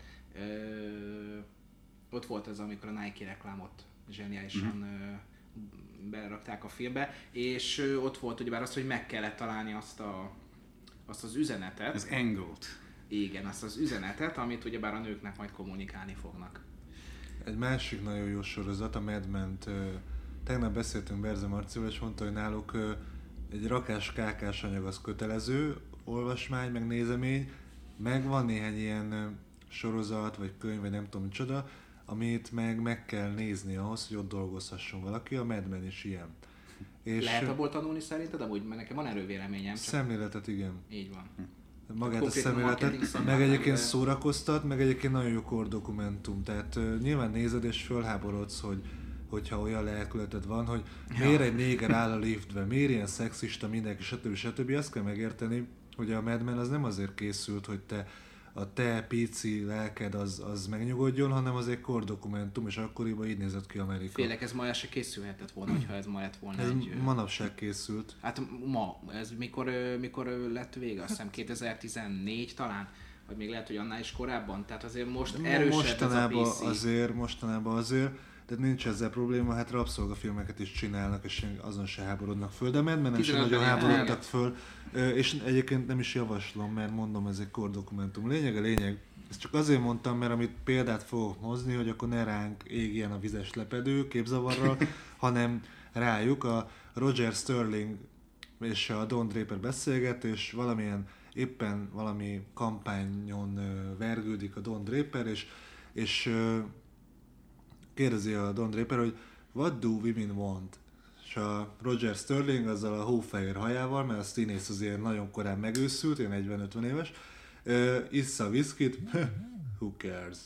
Ott volt ez, amikor a Nike reklámot zseniálisan berakták a filmbe, és ott volt ugyebár az, hogy meg kellett találni azt az üzenetet. Az angle-t. Igen, azt az üzenetet, amit ugyebár a nőknek majd kommunikálni fognak. Egy másik nagyon jó sorozat, a Mad Men-t. Tegnap beszéltünk Berze Marcival, és mondta, hogy náluk egy rakás kákás anyag az kötelező, olvasmány, meg nézemény, meg van néhány ilyen sorozat, vagy könyv, vagy nem tudom micsoda, amit meg kell nézni ahhoz, hogy ott dolgozhasson valaki, a Mad Men is ilyen. És lehet abból tanulni szerinted? Amúgy, mert nekem van erről véleményem. Szemléletet, igen. Így van. Magát a szemléletet, meg egyébként szórakoztat, meg egyébként nagyon jó kordokumentum. Tehát nyilván nézed és fölháborodsz, hogyha olyan lelkületed van, hogy miért egy néger áll a liftbe, miért ilyen szexista mindenki, stb. Azt kell megérteni, hogy a Mad Men az nem azért készült, hogy a te pici lelked az megnyugodjon, hanem az egy kordokumentum, és akkoriban így nézett ki Amerika. Félek, ez ma el se készülhetett volna, hogyha ez ma lett volna ez manapság készült. Hát ma, ez mikor lett vége? Azt hiszem 2014 talán? Vagy még lehet, hogy annál is korábban? Tehát azért most erősebb ez a PC. Mostanában azért, tehát nincs ezzel probléma, hát rabszolgafilmeket is csinálnak, és azon se háborodnak föl, de Mad Men-en sem nagyon háborodtak föl, és egyébként nem is javaslom, mert mondom, ez egy kordokumentum. Lényeg, ezt csak azért mondtam, mert amit példát fogok hozni, hogy akkor ne ránk égjen a vizes lepedő képzavarral, hanem rájuk a Roger Sterling és a Don Draper beszélget, és éppen valami kampányon vergődik a Don Draper, és kérdezi a Don Draper, hogy what do women want? És a Roger Sterling azzal a hófehér hajával, mert a színész azért nagyon korán megőszült, ilyen 40-50 éves, issza viszkit, who cares?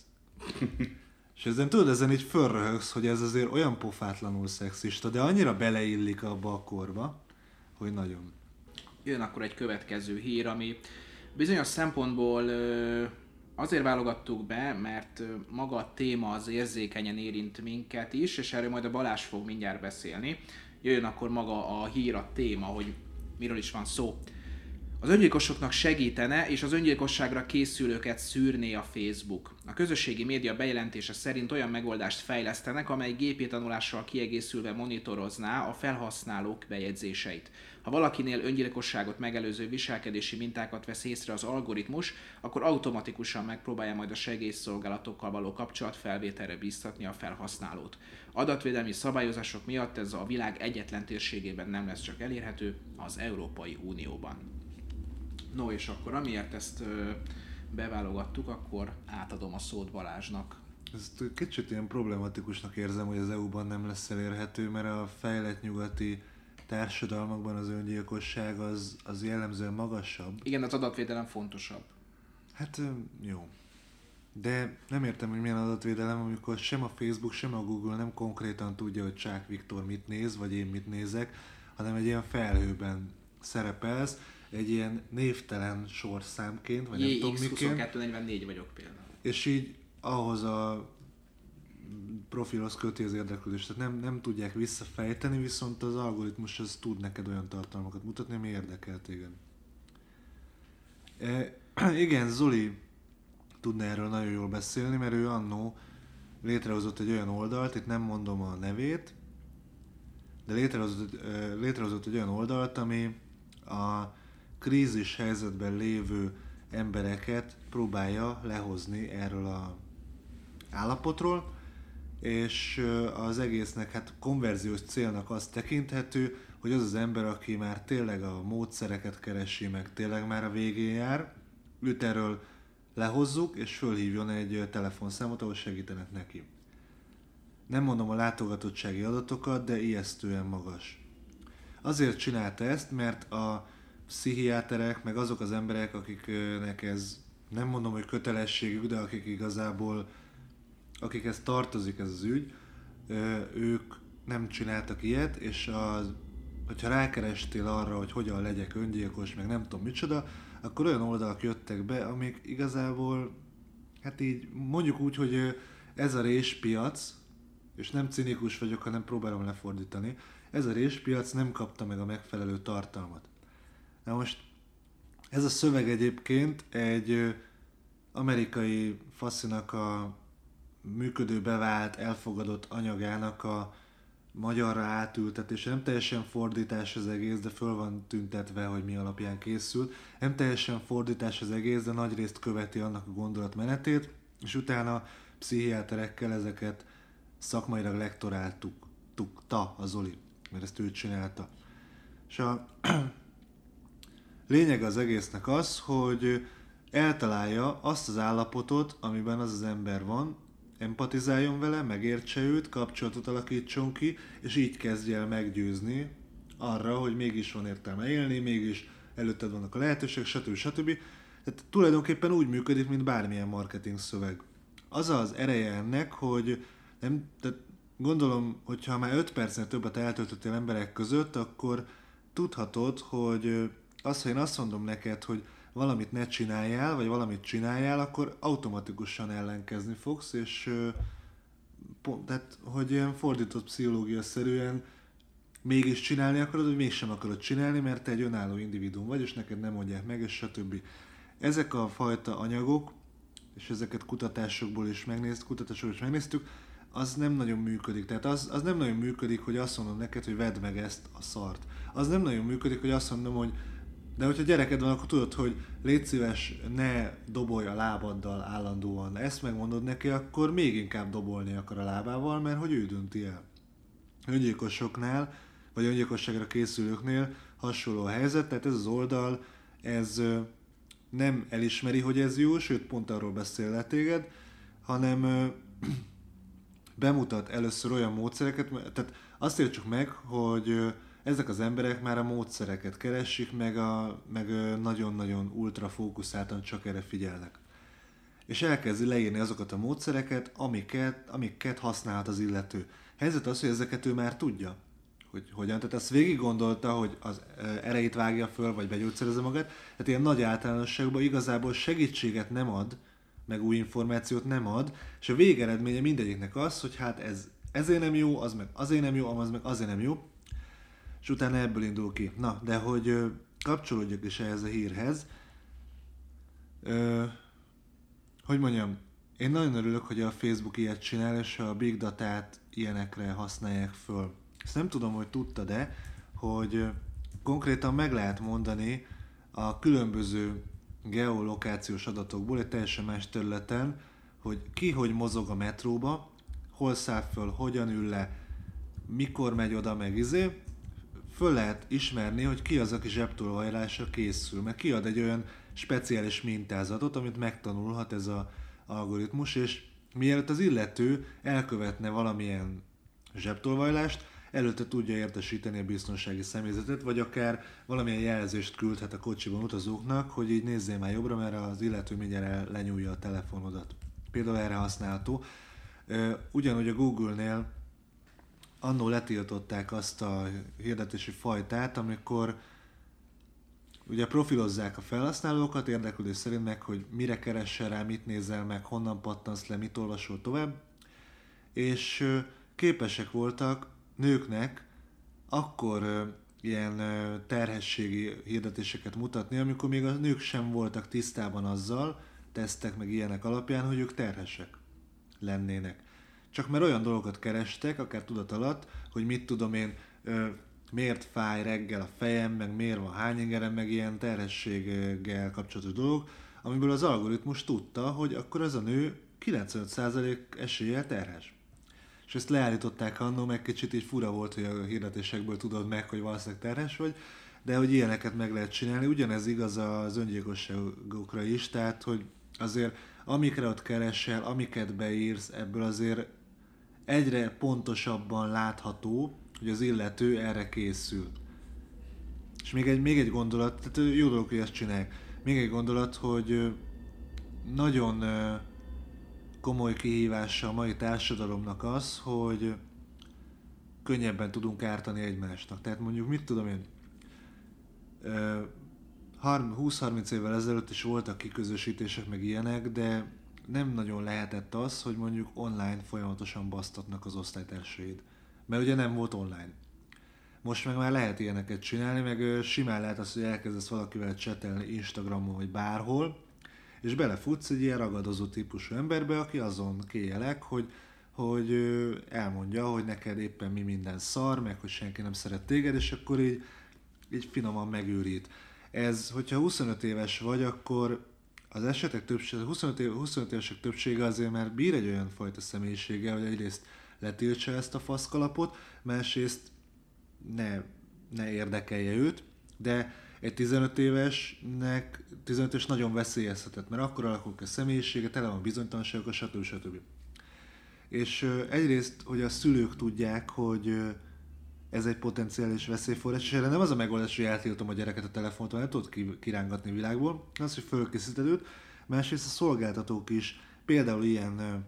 És ezen így fölröhögsz, hogy ez azért olyan pofátlanul szexista, de annyira beleillik abba a korba, hogy nagyon. Jön akkor egy következő hír, ami bizonyos szempontból azért válogattuk be, mert maga a téma az érzékenyen érint minket is, és erről majd a Balázs fog mindjárt beszélni. Jöjjön akkor maga a hír, a téma, hogy miről is van szó. Az öngyilkosoknak segítene, és az öngyilkosságra készülőket szűrné a Facebook. A közösségi média bejelentése szerint olyan megoldást fejlesztenek, amely gépi tanulással kiegészülve monitorozná a felhasználók bejegyzéseit. Ha valakinél öngyilkosságot megelőző viselkedési mintákat vesz észre az algoritmus, akkor automatikusan megpróbálja majd a segélyszolgálatokkal való kapcsolatfelvételre bíztatni a felhasználót. Adatvédelmi szabályozások miatt ez a világ egyetlen térségében nem lesz csak elérhető, az Európai Unióban. No, és akkor amiért ezt beválogattuk, akkor átadom a szót Balázsnak. Ezt kicsit ilyen problematikusnak érzem, hogy az EU-ban nem lesz elérhető, mert a fejlett nyugati társadalmakban az öngyilkosság az jellemzően magasabb. Igen, az adatvédelem fontosabb. Hát jó. De nem értem, hogy milyen adatvédelem, amikor sem a Facebook, sem a Google nem konkrétan tudja, hogy Csák Viktor mit néz, vagy én mit nézek, hanem egy ilyen felhőben szerepelsz, egy ilyen névtelen sorszámként, vagy nem tudom miként. X2244 vagyok például. És így ahhoz a profilhoz köti az érdeklődést, tehát nem tudják visszafejteni, viszont az algoritmus az tud neked olyan tartalmakat mutatni, ami érdekel téged. Igen, Zoli tudna erről nagyon jól beszélni, mert ő annó létrehozott egy olyan oldalt, itt nem mondom a nevét, de létrehozott egy olyan oldalt, ami a krízis helyzetben lévő embereket próbálja lehozni erről az állapotról, és az egésznek hát konverziós célnak az tekinthető, hogy az az ember, aki már tényleg a módszereket keresi, meg tényleg már a végén jár, őt erről lehozzuk, és fölhívjon egy telefonszámot, ahol segítenek neki. Nem mondom a látogatottsági adatokat, de ijesztően magas. Azért csinálta ezt, mert a pszichiáterek, meg azok az emberek, akiknek ez, nem mondom, hogy kötelességük, de akik igazából, akikhez tartozik ez az ügy, ők nem csináltak ilyet, és hogyha rákerestél arra, hogy hogyan legyek öngyilkos, meg nem tudom micsoda, akkor olyan oldalak jöttek be, amik igazából, hát így mondjuk úgy, hogy ez a réspiac, és nem cinikus vagyok, hanem próbálom lefordítani, ez a réspiac nem kapta meg a megfelelő tartalmat. Na most, ez a szöveg egyébként egy amerikai faszinak a működő, bevált, elfogadott anyagának a magyarra átültetése, nem teljesen fordítás az egész, de föl van tüntetve, hogy mi alapján készül. Nem teljesen fordítás az egész, de nagyrészt követi annak a gondolatmenetét, és utána pszichiáterekkel ezeket szakmailag lektoráltuk a Zoli, mert ezt ő csinálta. És a lényeg az egésznek az, hogy eltalálja azt az állapotot, amiben az az ember van, empatizáljon vele, megértse őt, kapcsolatot alakítson ki, és így kezdje el meggyőzni arra, hogy mégis van értelme élni, mégis előtted vannak a lehetőségek, stb. Tehát tulajdonképpen úgy működik, mint bármilyen marketing szöveg. Az az ereje ennek, hogy tehát gondolom, hogy ha már 5 percnél többet eltöltöttél emberek között, akkor tudhatod, hogy ha én azt mondom neked, hogy valamit ne csináljál, vagy valamit csináljál, akkor automatikusan ellenkezni fogsz, és tehát, hogy ilyen fordított pszichológia-szerűen mégis csinálni akarod, vagy mégsem akarod csinálni, mert te egy önálló individuum vagy, és neked nem mondják meg, és stb. Ezek a fajta anyagok, és ezeket kutatásokból is megnéztük, az nem nagyon működik. Tehát az nem nagyon működik, hogy azt mondom neked, hogy vedd meg ezt a szart. Az nem nagyon működik, hogy azt mondom, hogy de hogyha gyereked van, akkor tudod, hogy légy szíves, ne dobolj a lábaddal állandóan. Ezt megmondod neki, akkor még inkább dobolni akar a lábával, mert hogy ő dönti el. Öngyilkosoknál, vagy öngyilkosságra készülőknél hasonló a helyzet, tehát ez az oldal, ez nem elismeri, hogy ez jó, sőt pont arról beszél le téged, hanem bemutat először olyan módszereket, tehát azt értsük meg, hogy ezek az emberek már a módszereket keresik, meg nagyon-nagyon ultra fókuszáltan csak erre figyelnek. És elkezdi leírni azokat a módszereket, amiket használhat az illető. Helyzet az, hogy ezeket ő már tudja, hogy hogyan. Tehát ezt végig gondolta, hogy az erejét vágja föl, vagy begyógyszerezze magát. Tehát ilyen nagy általánosságban igazából segítséget nem ad, meg új információt nem ad, és a végeredménye mindegyiknek az, hogy hát ez ezért nem jó, az meg azért nem jó, az meg azért nem jó, és utána ebből indul ki. Na, de hogy kapcsolódjak is ehhez a hírhez, hogy mondjam, én nagyon örülök, hogy a Facebook ilyet csinál, és a Big Data-t ilyenekre használják föl. Ezt nem tudom, hogy tudtad-e, hogy konkrétan meg lehet mondani a különböző geolokációs adatokból egy teljesen más területen, hogy ki hogy mozog a metróba, hol száll föl, hogyan ül le, mikor megy oda, meg föl lehet ismerni, hogy ki az, aki zsebtolvajlásra készül, mert kiad egy olyan speciális mintázatot, amit megtanulhat ez az algoritmus, és mielőtt az illető elkövetne valamilyen zsebtolvajlást, előtte tudja értesíteni a biztonsági személyzetet, vagy akár valamilyen jelzést küldhet a kocsiban utazóknak, hogy így nézzél már jobbra, mert az illető mindjárt lenyúlja a telefonodat. Például erre használható. Ugyanúgy a Google-nél annó letiltották azt a hirdetési fajtát, amikor ugye profilozzák a felhasználókat érdeklődés szerint meg, hogy mire keresel rá, mit nézel meg, honnan pattansz le, mit olvasol tovább, és képesek voltak nőknek akkor ilyen terhességi hirdetéseket mutatni, amikor még a nők sem voltak tisztában azzal, tesztek meg ilyenek alapján, hogy ők terhesek lennének. Csak mert olyan dolgokat kerestek, akár tudat alatt, hogy mit tudom én, miért fáj reggel a fejem, meg miért van hányingerem, meg ilyen terhességgel kapcsolatos dolgok, amiből az algoritmus tudta, hogy akkor az a nő 95% eséllyel terhes. És ezt leállították annól, meg kicsit így fura volt, hogy a hirdetésekből tudod meg, hogy valószínűleg terhes vagy, de hogy ilyeneket meg lehet csinálni. Ugyanez igaz az öngyilkosságokra is, tehát hogy azért amikre ott keresel, amiket beírsz, ebből azért egyre pontosabban látható, hogy az illető erre készül. És még egy gondolat, tehát jó dolog, hogy ezt csinálják. Még egy gondolat, hogy nagyon komoly kihívása a mai társadalomnak az, hogy könnyebben tudunk ártani egymásnak. Tehát mondjuk, mit tudom én, 20-30 évvel ezelőtt is voltak kiközösítések meg ilyenek, de nem nagyon lehetett az, hogy mondjuk online folyamatosan basztatnak az osztálytársaid. Mert ugye nem volt online. Most meg már lehet ilyeneket csinálni, meg simán lehet az, hogy elkezdesz valakivel csetelni Instagramon vagy bárhol, és belefutsz egy ilyen ragadozó típusú emberbe, aki azon kéjelek, hogy elmondja, hogy neked éppen mi minden szar, meg hogy senki nem szeret téged, és akkor így finoman megőrít. Ez, hogyha 25 éves vagy, akkor az esetek többsége, 25 évesek többsége azért már bír egy olyan fajta személyiséggel, hogy egyrészt letiltsa ezt a faszkalapot, másrészt ne érdekelje őt, de egy 15 éves nagyon veszélyeztetett, mert akkor alakul ki a személyisége, tele van bizonytalanságokkal, stb. És egyrészt, hogy a szülők tudják, hogy ez egy potenciális veszélyforrás, és erre nem az a megoldás, hogy eltiltom a gyereket a telefont, vagy nem tudod kirángatni a világból, az, hogy fölkészíted őt. Másrészt a szolgáltatók is például ilyen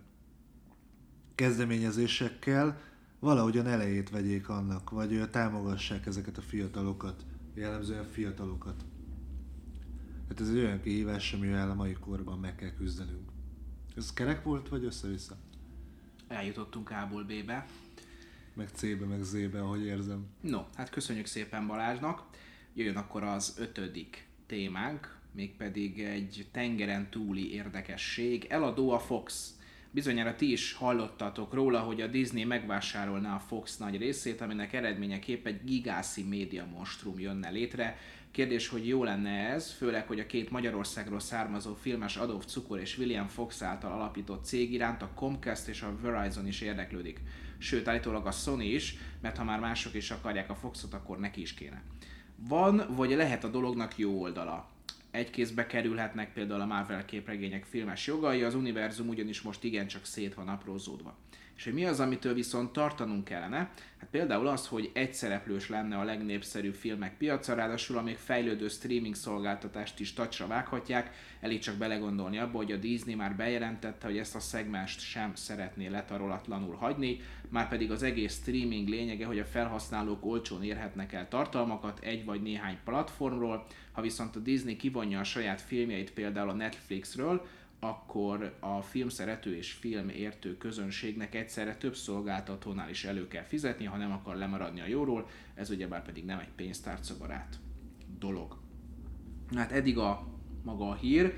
kezdeményezésekkel valahogyan elejét vegyék annak, vagy támogassák ezeket a fiatalokat, jellemzően fiatalokat. Hát ez egy olyan kihívás, amivel a mai korban meg kell küzdenünk. Ez kerek volt, vagy össze-vissza? Eljutottunk A-ból B-be. Meg C-be, meg Z-be, ahogy érzem. No, hát köszönjük szépen Balázsnak. Jöjjön akkor az 5. témánk, mégpedig egy tengeren túli érdekesség. Eladó a Fox. Bizonyára ti is hallottatok róla, hogy a Disney megvásárolná a Fox nagy részét, aminek eredményeképp egy gigászi média monstrum jönne létre. Kérdés, hogy jó lenne ez, főleg, hogy a két Magyarországról származó filmes Adolf Cukor és William Fox által alapított cég iránt a Comcast és a Verizon is érdeklődik. Sőt, állítólag a Sony is, mert ha már mások is akarják a Foxot, akkor neki is kéne. Van, vagy lehet a dolognak jó oldala. Egy kézbe kerülhetnek például a Marvel képregények filmes jogai, az univerzum ugyanis most igencsak szét van aprózódva. És hogy mi az, amitől viszont tartanunk kellene? Hát például az, hogy egyszereplős lenne a legnépszerűbb filmek piaca, ráadásul a még fejlődő streaming szolgáltatást is touchra vághatják, elég csak belegondolni abba, hogy a Disney már bejelentette, hogy ezt a szegmást sem szeretné letarolatlanul hagyni, márpedig az egész streaming lényege, hogy a felhasználók olcsón érhetnek el tartalmakat egy vagy néhány platformról, ha viszont a Disney kivonja a saját filmjeit például a Netflixről, akkor a filmszerető és filmértő közönségnek egyszerre több szolgáltatónál is elő kell fizetni, ha nem akar lemaradni a jóról, ez ugyebár pedig nem egy pénztárcabarát dolog. Hát eddig maga a hír.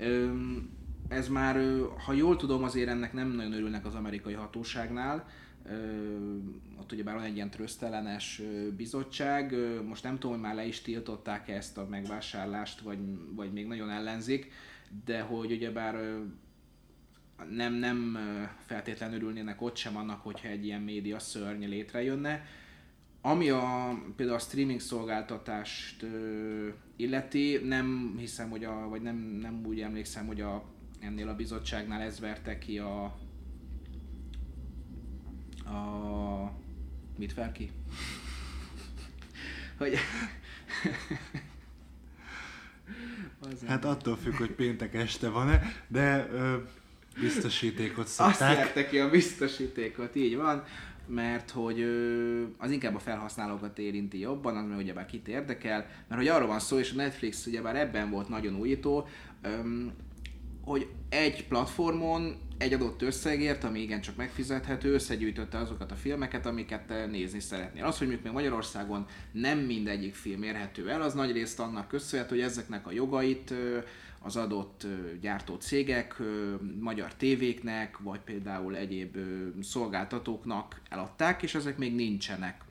Ez már, ha jól tudom, azért ennek nem nagyon örülnek az amerikai hatóságnál. Ott ugyebár van egy ilyen trösztellenes bizottság, most nem tudom, hogy már le is tiltották ezt a megvásárlást, vagy még nagyon ellenzik, de hogy ugyebár nem feltétlenül örülnének ott sem annak, hogyha egy ilyen média szörny létrejönne. Ami például a streaming szolgáltatást illeti, nem hiszem, hogy vagy nem úgy emlékszem, hogy ennél a bizottságnál ez verte ki mit fel ki? Hogy... Hát attól függ, hogy péntek este van-e, de biztosítékot szokták. Azt verte ki a biztosítékot, így van, mert hogy az inkább a felhasználókat érinti jobban, az meg ugyebár kit érdekel, mert hogy arról van szó, és a Netflix ugyebár ebben volt nagyon újító, hogy egy platformon egy adott összegért, ami igencsak megfizethető, összegyűjtötte azokat a filmeket, amiket nézni szeretnél. Az, hogy még Magyarországon nem mindegyik film érhető el, az nagyrészt annak köszönhető, hogy ezeknek a jogait az adott gyártó cégek, magyar tévéknek, vagy például egyéb szolgáltatóknak eladták, és ezek még nincsenek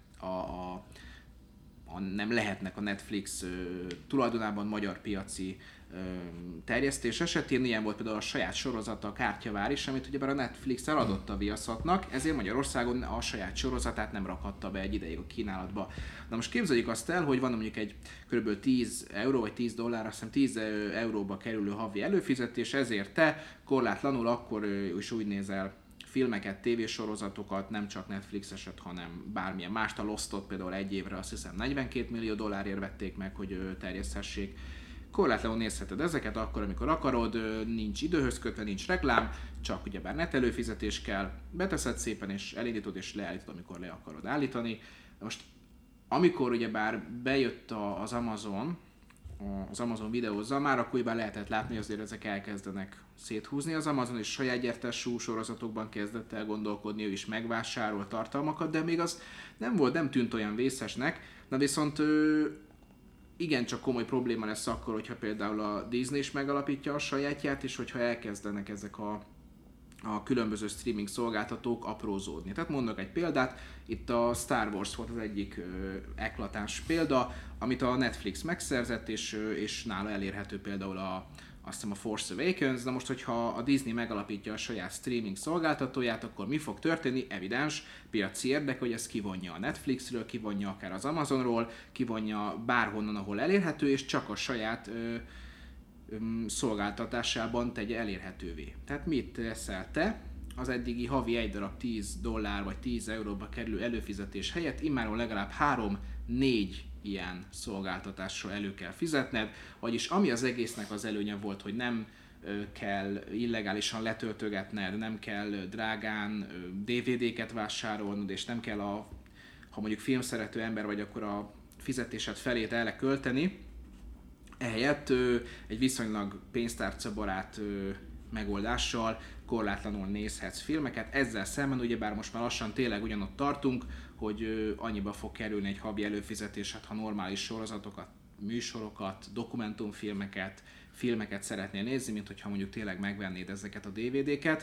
nem lehetnek a Netflix tulajdonában magyar piaci terjesztés esetén. Ilyen volt például a saját sorozata, a Kártyavár is, amit ugyebár a Netflix eladott a Viaszatnak, ezért Magyarországon a saját sorozatát nem rakhatta be egy ideig a kínálatba. Na most képzeljük azt el, hogy van mondjuk egy kb. 10 euró vagy 10 dollár, azt hiszem 10 euróba kerülő havi előfizetés, ezért te korlátlanul akkor is úgy nézel filmeket, tévésorozatokat, nem csak Netflixeset, hanem bármilyen mást. A Lostot például egy évre azt hiszem 42 millió dollárért vették meg, hogy terjeszthessék. Korlátlanul nézheted ezeket akkor, amikor akarod, nincs időhöz kötve, nincs reklám, csak ugyebár net előfizetés kell, beteszed szépen és elindítod és leállítod, amikor le akarod állítani. Most amikor ugyebár bejött az Amazon videózza, már akkor ugyebár lehetett látni, hogy azért ezek elkezdenek széthúzni. Az Amazon is saját gyártású sorozatokban kezdett el gondolkodni, ő is megvásárol tartalmakat, de még az nem tűnt olyan vészesnek, de viszont igencsak komoly probléma lesz akkor, hogyha például a Disney is megalapítja a sajátját, és hogyha elkezdenek ezek a különböző streaming szolgáltatók aprózódni. Tehát mondok egy példát, itt a Star Wars volt az egyik eklatáns példa, amit a Netflix megszerzett, és nála elérhető például azt hiszem a Force Awakens. De most, hogyha a Disney megalapítja a saját streaming szolgáltatóját, akkor mi fog történni? Evidens, piaci érdek, hogy ezt kivonja a Netflixről, kivonja akár az Amazonról, kivonja bárhonnan, ahol elérhető, és csak a saját szolgáltatásában tegye elérhetővé. Tehát mit teszel te? Az eddigi havi egy darab 10 dollár vagy 10 euróba kerülő előfizetés helyett immáron legalább 3-4 ilyen szolgáltatásra elő kell fizetned, vagyis ami az egésznek az előnye volt, hogy nem kell illegálisan letöltögetned, nem kell drágán DVD-ket vásárolnod, és nem kell ha mondjuk filmszerető ember vagy, akkor a fizetésed felét erre költeni. Ehelyett egy viszonylag pénztárcabarát megoldással korlátlanul nézhetsz filmeket. Ezzel szemben ugyebár most már lassan tényleg ugyanott tartunk, hogy annyiba fog kerülni egy havi előfizetés, hát ha normális sorozatokat, műsorokat, dokumentumfilmeket, filmeket szeretnél nézni, mint hogyha mondjuk tényleg megvennéd ezeket a DVD-ket.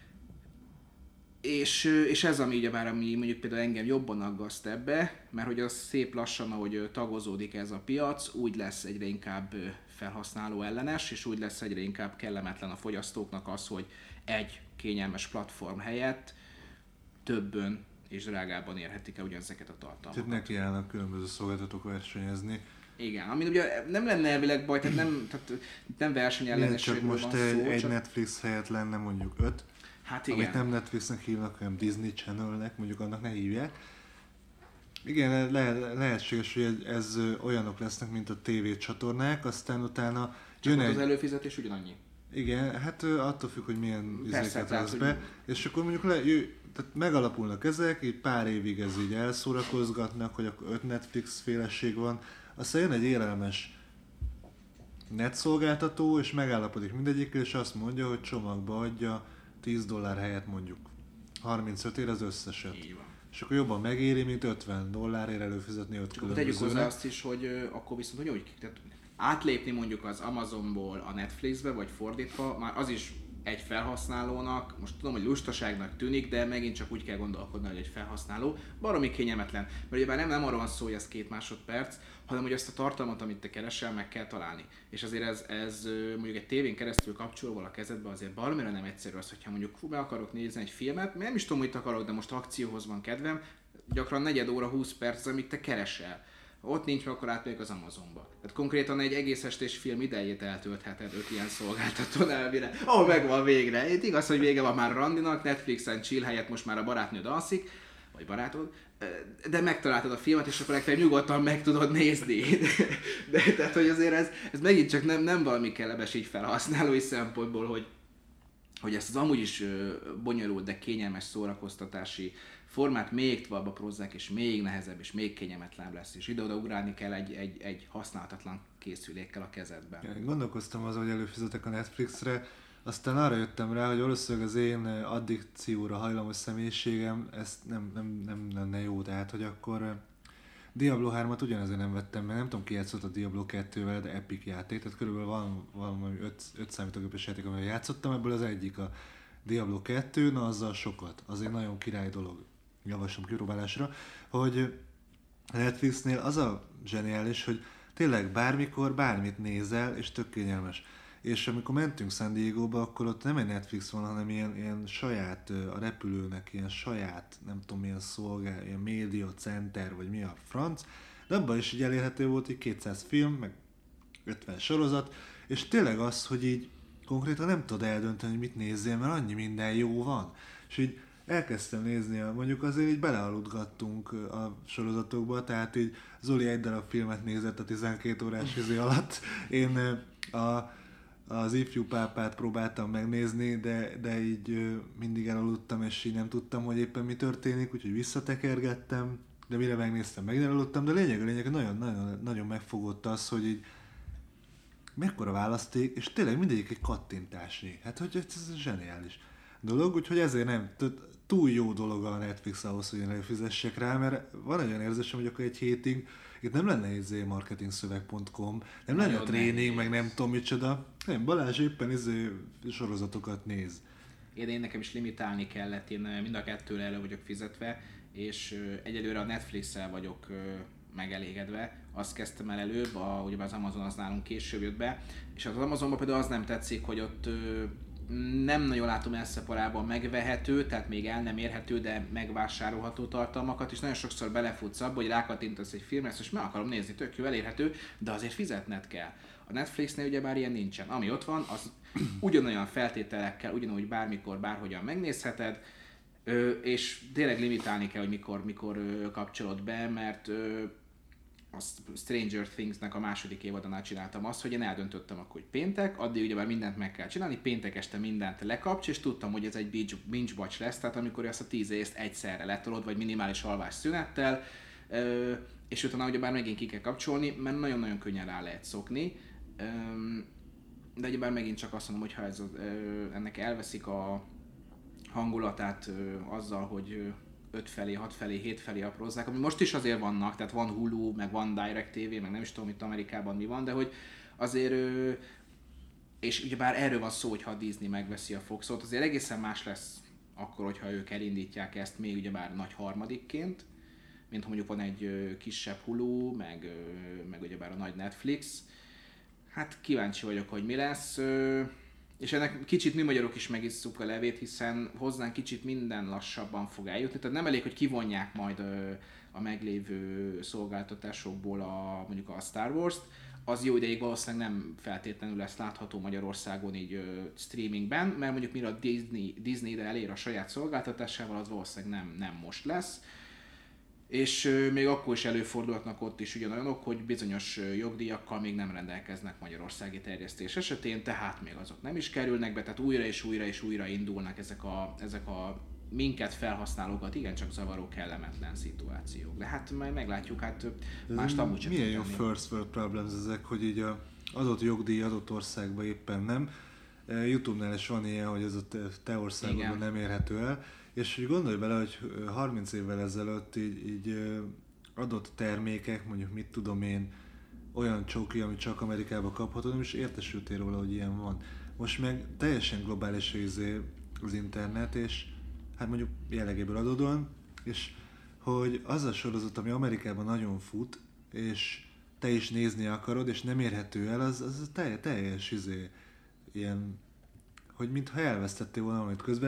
És ez ami mondjuk például engem jobban aggaszt ebbe, mert hogy az szép lassan, ahogy tagozódik ez a piac, úgy lesz egyre inkább felhasználó ellenes, és úgy lesz egyre inkább kellemetlen a fogyasztóknak az, hogy egy kényelmes platform helyett többen és drágábban érhetik el ugyanezeket a tartalmakat. Tehát neki állnak különböző szolgáltatók versenyezni. Igen, ami ugye nem lenne elvileg baj, tehát nem versenyellenességről van szó. Csak most egy Netflix helyett lenne mondjuk 5. Hát igen. Amit nem Netflixnek hívnak, hanem Disney Channelnek, mondjuk annak ne hívják. Igen, lehetséges, hogy ez olyanok lesznek, mint a TV csatornák, aztán utána jön az előfizetés ugyanannyi. Igen, hát attól függ, hogy milyen izéket vesz be, és akkor mondjuk tehát megalapulnak ezek, így pár évig ez így elszórakozgatnak, hogy akkor 5 Netflix féleség van, aztán jön egy érelmes net szolgáltató, és megállapodik mindegyikkel, és azt mondja, hogy csomagba adja 10 dollár helyett mondjuk 35 ér az összeset. És akkor jobban megéri, mint 50 dollárért előfizetni 5 különbözőnek. Tegyük hozzá azt is, hogy akkor viszont hogy átlépni mondjuk az Amazonból a Netflixbe, vagy fordítva, már az is egy felhasználónak, most tudom, hogy lustaságnak tűnik, de megint csak úgy kell gondolkodni, hogy egy felhasználó baromi kényelmetlen. Mert ugye nem arról van szó, hogy ez 2 másodperc, hanem hogy azt a tartalmat, amit te keresel, meg kell találni. És azért ez mondjuk egy tévén keresztül kapcsolóval a kezedbe azért baromira nem egyszerű az, hogyha mondjuk meg akarok nézni egy filmet, nem is tudom, mit akarok, de most akcióhoz van kedvem, gyakran negyed óra, 20 perc, amíg te keresel. Ott nincs, akkor átmegyek az Amazonba. Tehát konkrétan egy egész estés film idejét eltöltheted 5 ilyen szolgáltatón, mire megvan végre. Itt igaz, hogy vége van már randinak, Netflixen chill helyett most már a barátnőd alszik, vagy barátod, de megtaláltad a filmet, és akkor legfeljebb nyugodtan meg tudod nézni. Tehát, hogy azért ez megint csak nem valami kellemes így felhasználói szempontból, hogy ezt az amúgy is bonyolult, de kényelmes szórakoztatási formát még tovább aprózzák, és még nehezebb, és még kényelmetlenebb lesz, és ide-oda ugrálni kell egy használhatatlan készülékkel a kezedben. Én gondolkoztam azon, hogy előfizetek a Netflixre, aztán arra jöttem rá, hogy valószínűleg az én addikcióra hajlamos személyiségem ezt nem lenne jó, tehát hogy akkor Diablo 3-at ugyanezért nem vettem, mert nem tudom ki játszott a Diablo 2-vel, de Epic játék, tehát körülbelül van valami 5 számítógépes játék, amivel játszottam, ebből az egyik a Diablo 2, na azzal sokat, az egy nagyon király dolog, javaslom kipróbálásra, hogy a Netflixnél az a zseniális, hogy tényleg bármikor bármit nézel, és tök kényelmes. És amikor mentünk San Diegóba, akkor ott nem egy Netflix van, hanem ilyen saját, a repülőnek ilyen saját, nem tudom milyen szolgál, ilyen média center, vagy mi a franc, de abban is így elérhető volt, így 200 film, meg 50 sorozat, és tényleg az, hogy így konkrétan nem tudod eldönteni, hogy mit nézzél, mert annyi minden jó van. És így elkezdtem nézni, mondjuk azért így belealudgattunk a sorozatokba, tehát így Zoli egy darab filmet nézett a 12 órás izé alatt, én az ifjú pápát próbáltam megnézni, de így mindig elaludtam, és így nem tudtam, hogy éppen mi történik, úgyhogy visszatekergettem, de mire megnéztem, megint elaludtam, de lényeg nagyon megfogott az, hogy így mekkora választék, és tényleg mindegyik egy kattintásnyi. Hát, hogy ez zseniális dolog, úgyhogy ezért nem, túl jó dolog a Netflix ahhoz, hogy én előfizessek rá, mert van egy olyan érzésem, hogy akkor egy hétig itt nem lenne marketingszöveg.com, nem lenne tréning, meg nem tudom micsoda. Nem, Balázs éppen sorozatokat néz. Én nekem is limitálni kellett, én mind a kettőre elő vagyok fizetve, és egyelőre a Netflix-el vagyok megelégedve. Azt kezdtem el előbb, ugye az Amazon az nálunk később jött be, és az Amazonban például az nem tetszik, hogy ott nem nagyon látom elszeparában megvehető, tehát még el nem érhető, de megvásárolható tartalmakat, és nagyon sokszor belefutsz abba, hogy rákattintasz egy filmre, ezt most meg akarom nézni, tök jó, elérhető, de azért fizetned kell. A Netflixnél ugye már ilyen nincsen. Ami ott van, az ugyanolyan feltételekkel, ugyanúgy bármikor, bárhogyan megnézheted, és tényleg limitálni kell, hogy mikor kapcsolod be, mert a Stranger Things-nek a második évadánál csináltam azt, hogy én eldöntöttem akkor, hogy péntek, addig ugye már mindent meg kell csinálni, péntek este mindent lekapcs, és tudtam, hogy ez egy binge watch lesz, tehát amikor ezt a 10 részt egyszerre letolod, vagy minimális alvás szünettel, és utána ugye bár megint ki kell kapcsolni, mert nagyon-nagyon könnyen rá lehet szokni, de ugye bár megint csak azt mondom, hogy ha ennek elveszik a hangulatát azzal, hogy 5 felé, 6 felé, 7 felé aprózzák, ami most is azért vannak, tehát van Hulu, meg van Direct TV, meg nem is tudom itt Amerikában mi van, de hogy azért, és ugye bár erről van szó, hogy ha a Disney megveszi a Foxot, azért egészen más lesz akkor, hogyha ők elindítják ezt még ugye bár nagy harmadikként, mint ha mondjuk van egy kisebb Hulu, meg ugye bár a nagy Netflix. Hát kíváncsi vagyok, hogy mi lesz. És ennek kicsit mi magyarok is megisszuk a levét, hiszen hozzánk kicsit minden lassabban fog eljutni. Tehát nem elég, hogy kivonják majd a meglévő szolgáltatásokból mondjuk a Star Wars-t. Az jó ideig valószínűleg nem feltétlenül lesz látható Magyarországon így streamingben, mert mondjuk mire a Disney ide elér a saját szolgáltatásával, az valószínűleg nem most lesz. És még akkor is előfordulhatnak ott is ugyanolyanok, hogy bizonyos jogdíjakkal még nem rendelkeznek magyarországi terjesztés esetén, tehát még azok nem is kerülnek be, tehát újra indulnak ezek a minket felhasználókat igencsak zavaró, kellemetlen szituációk. De hát majd meglátjuk, hát mást amúgy sem. Milyen jó first world problems ezek, hogy így az adott jogdíj adott országban éppen nem. YouTube-nál is van ilyen, hogy ez a te országban nem érhető el. És úgy gondolj bele, hogy 30 évvel ezelőtt így adott termékek, mondjuk mit tudom én, olyan csoki, ami csak Amerikában kapható, nem is értesültél róla, hogy ilyen van. Most meg teljesen globális az internet, és hát mondjuk jellegéből adódóan, és hogy az a sorozat, ami Amerikában nagyon fut, és te is nézni akarod, és nem érhető el, az teljes ilyen, hogy mintha elvesztettél volna valamit közben.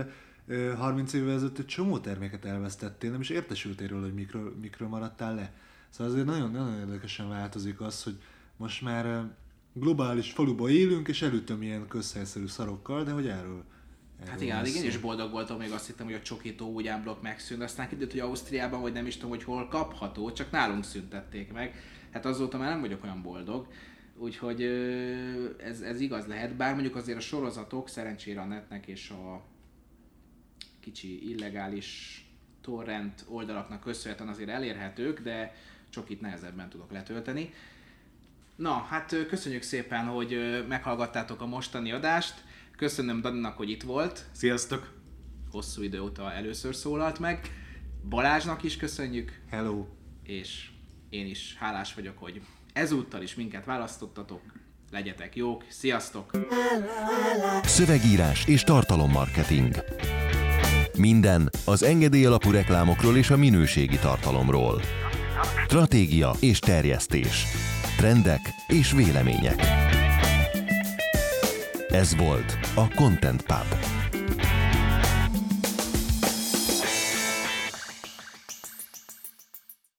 30 évvel ezelőtt egy csomó terméket elvesztettél, nem is értesültél róla, hogy mikről maradtál le. Szóval azért nagyon-nagyon érdekesen változik az, hogy most már globális faluba élünk, és elütöm ilyen közhelyszerű szarokkal, de hogy erről hát igen, addig én is boldog voltam, még azt hittem, hogy a csokitó úgy ámblok megszűnt, aztán kiderült, hogy Ausztriában, vagy nem is tudom, hogy hol kapható, csak nálunk szüntették meg. Hát azóta már nem vagyok olyan boldog, úgyhogy ez igaz lehet, bár mondjuk azért a sorozatok szerencsére a netnek és a kicsi illegális torrent oldalaknak köszönhetően azért elérhetők, de csokit nehezebben tudok letölteni. Na, hát köszönjük szépen, hogy meghallgattátok a mostani adást. Köszönöm Daninak, hogy itt volt. Sziasztok! Hosszú idő óta először szólalt meg. Balázsnak is köszönjük. Hello! És én is hálás vagyok, hogy ezúttal is minket választottatok. Legyetek jók, sziasztok! Szövegírás és tartalommarketing. Minden az engedély alapú reklámokról és a minőségi tartalomról. Stratégia és terjesztés. Trendek és vélemények. Ez volt a Content Pub.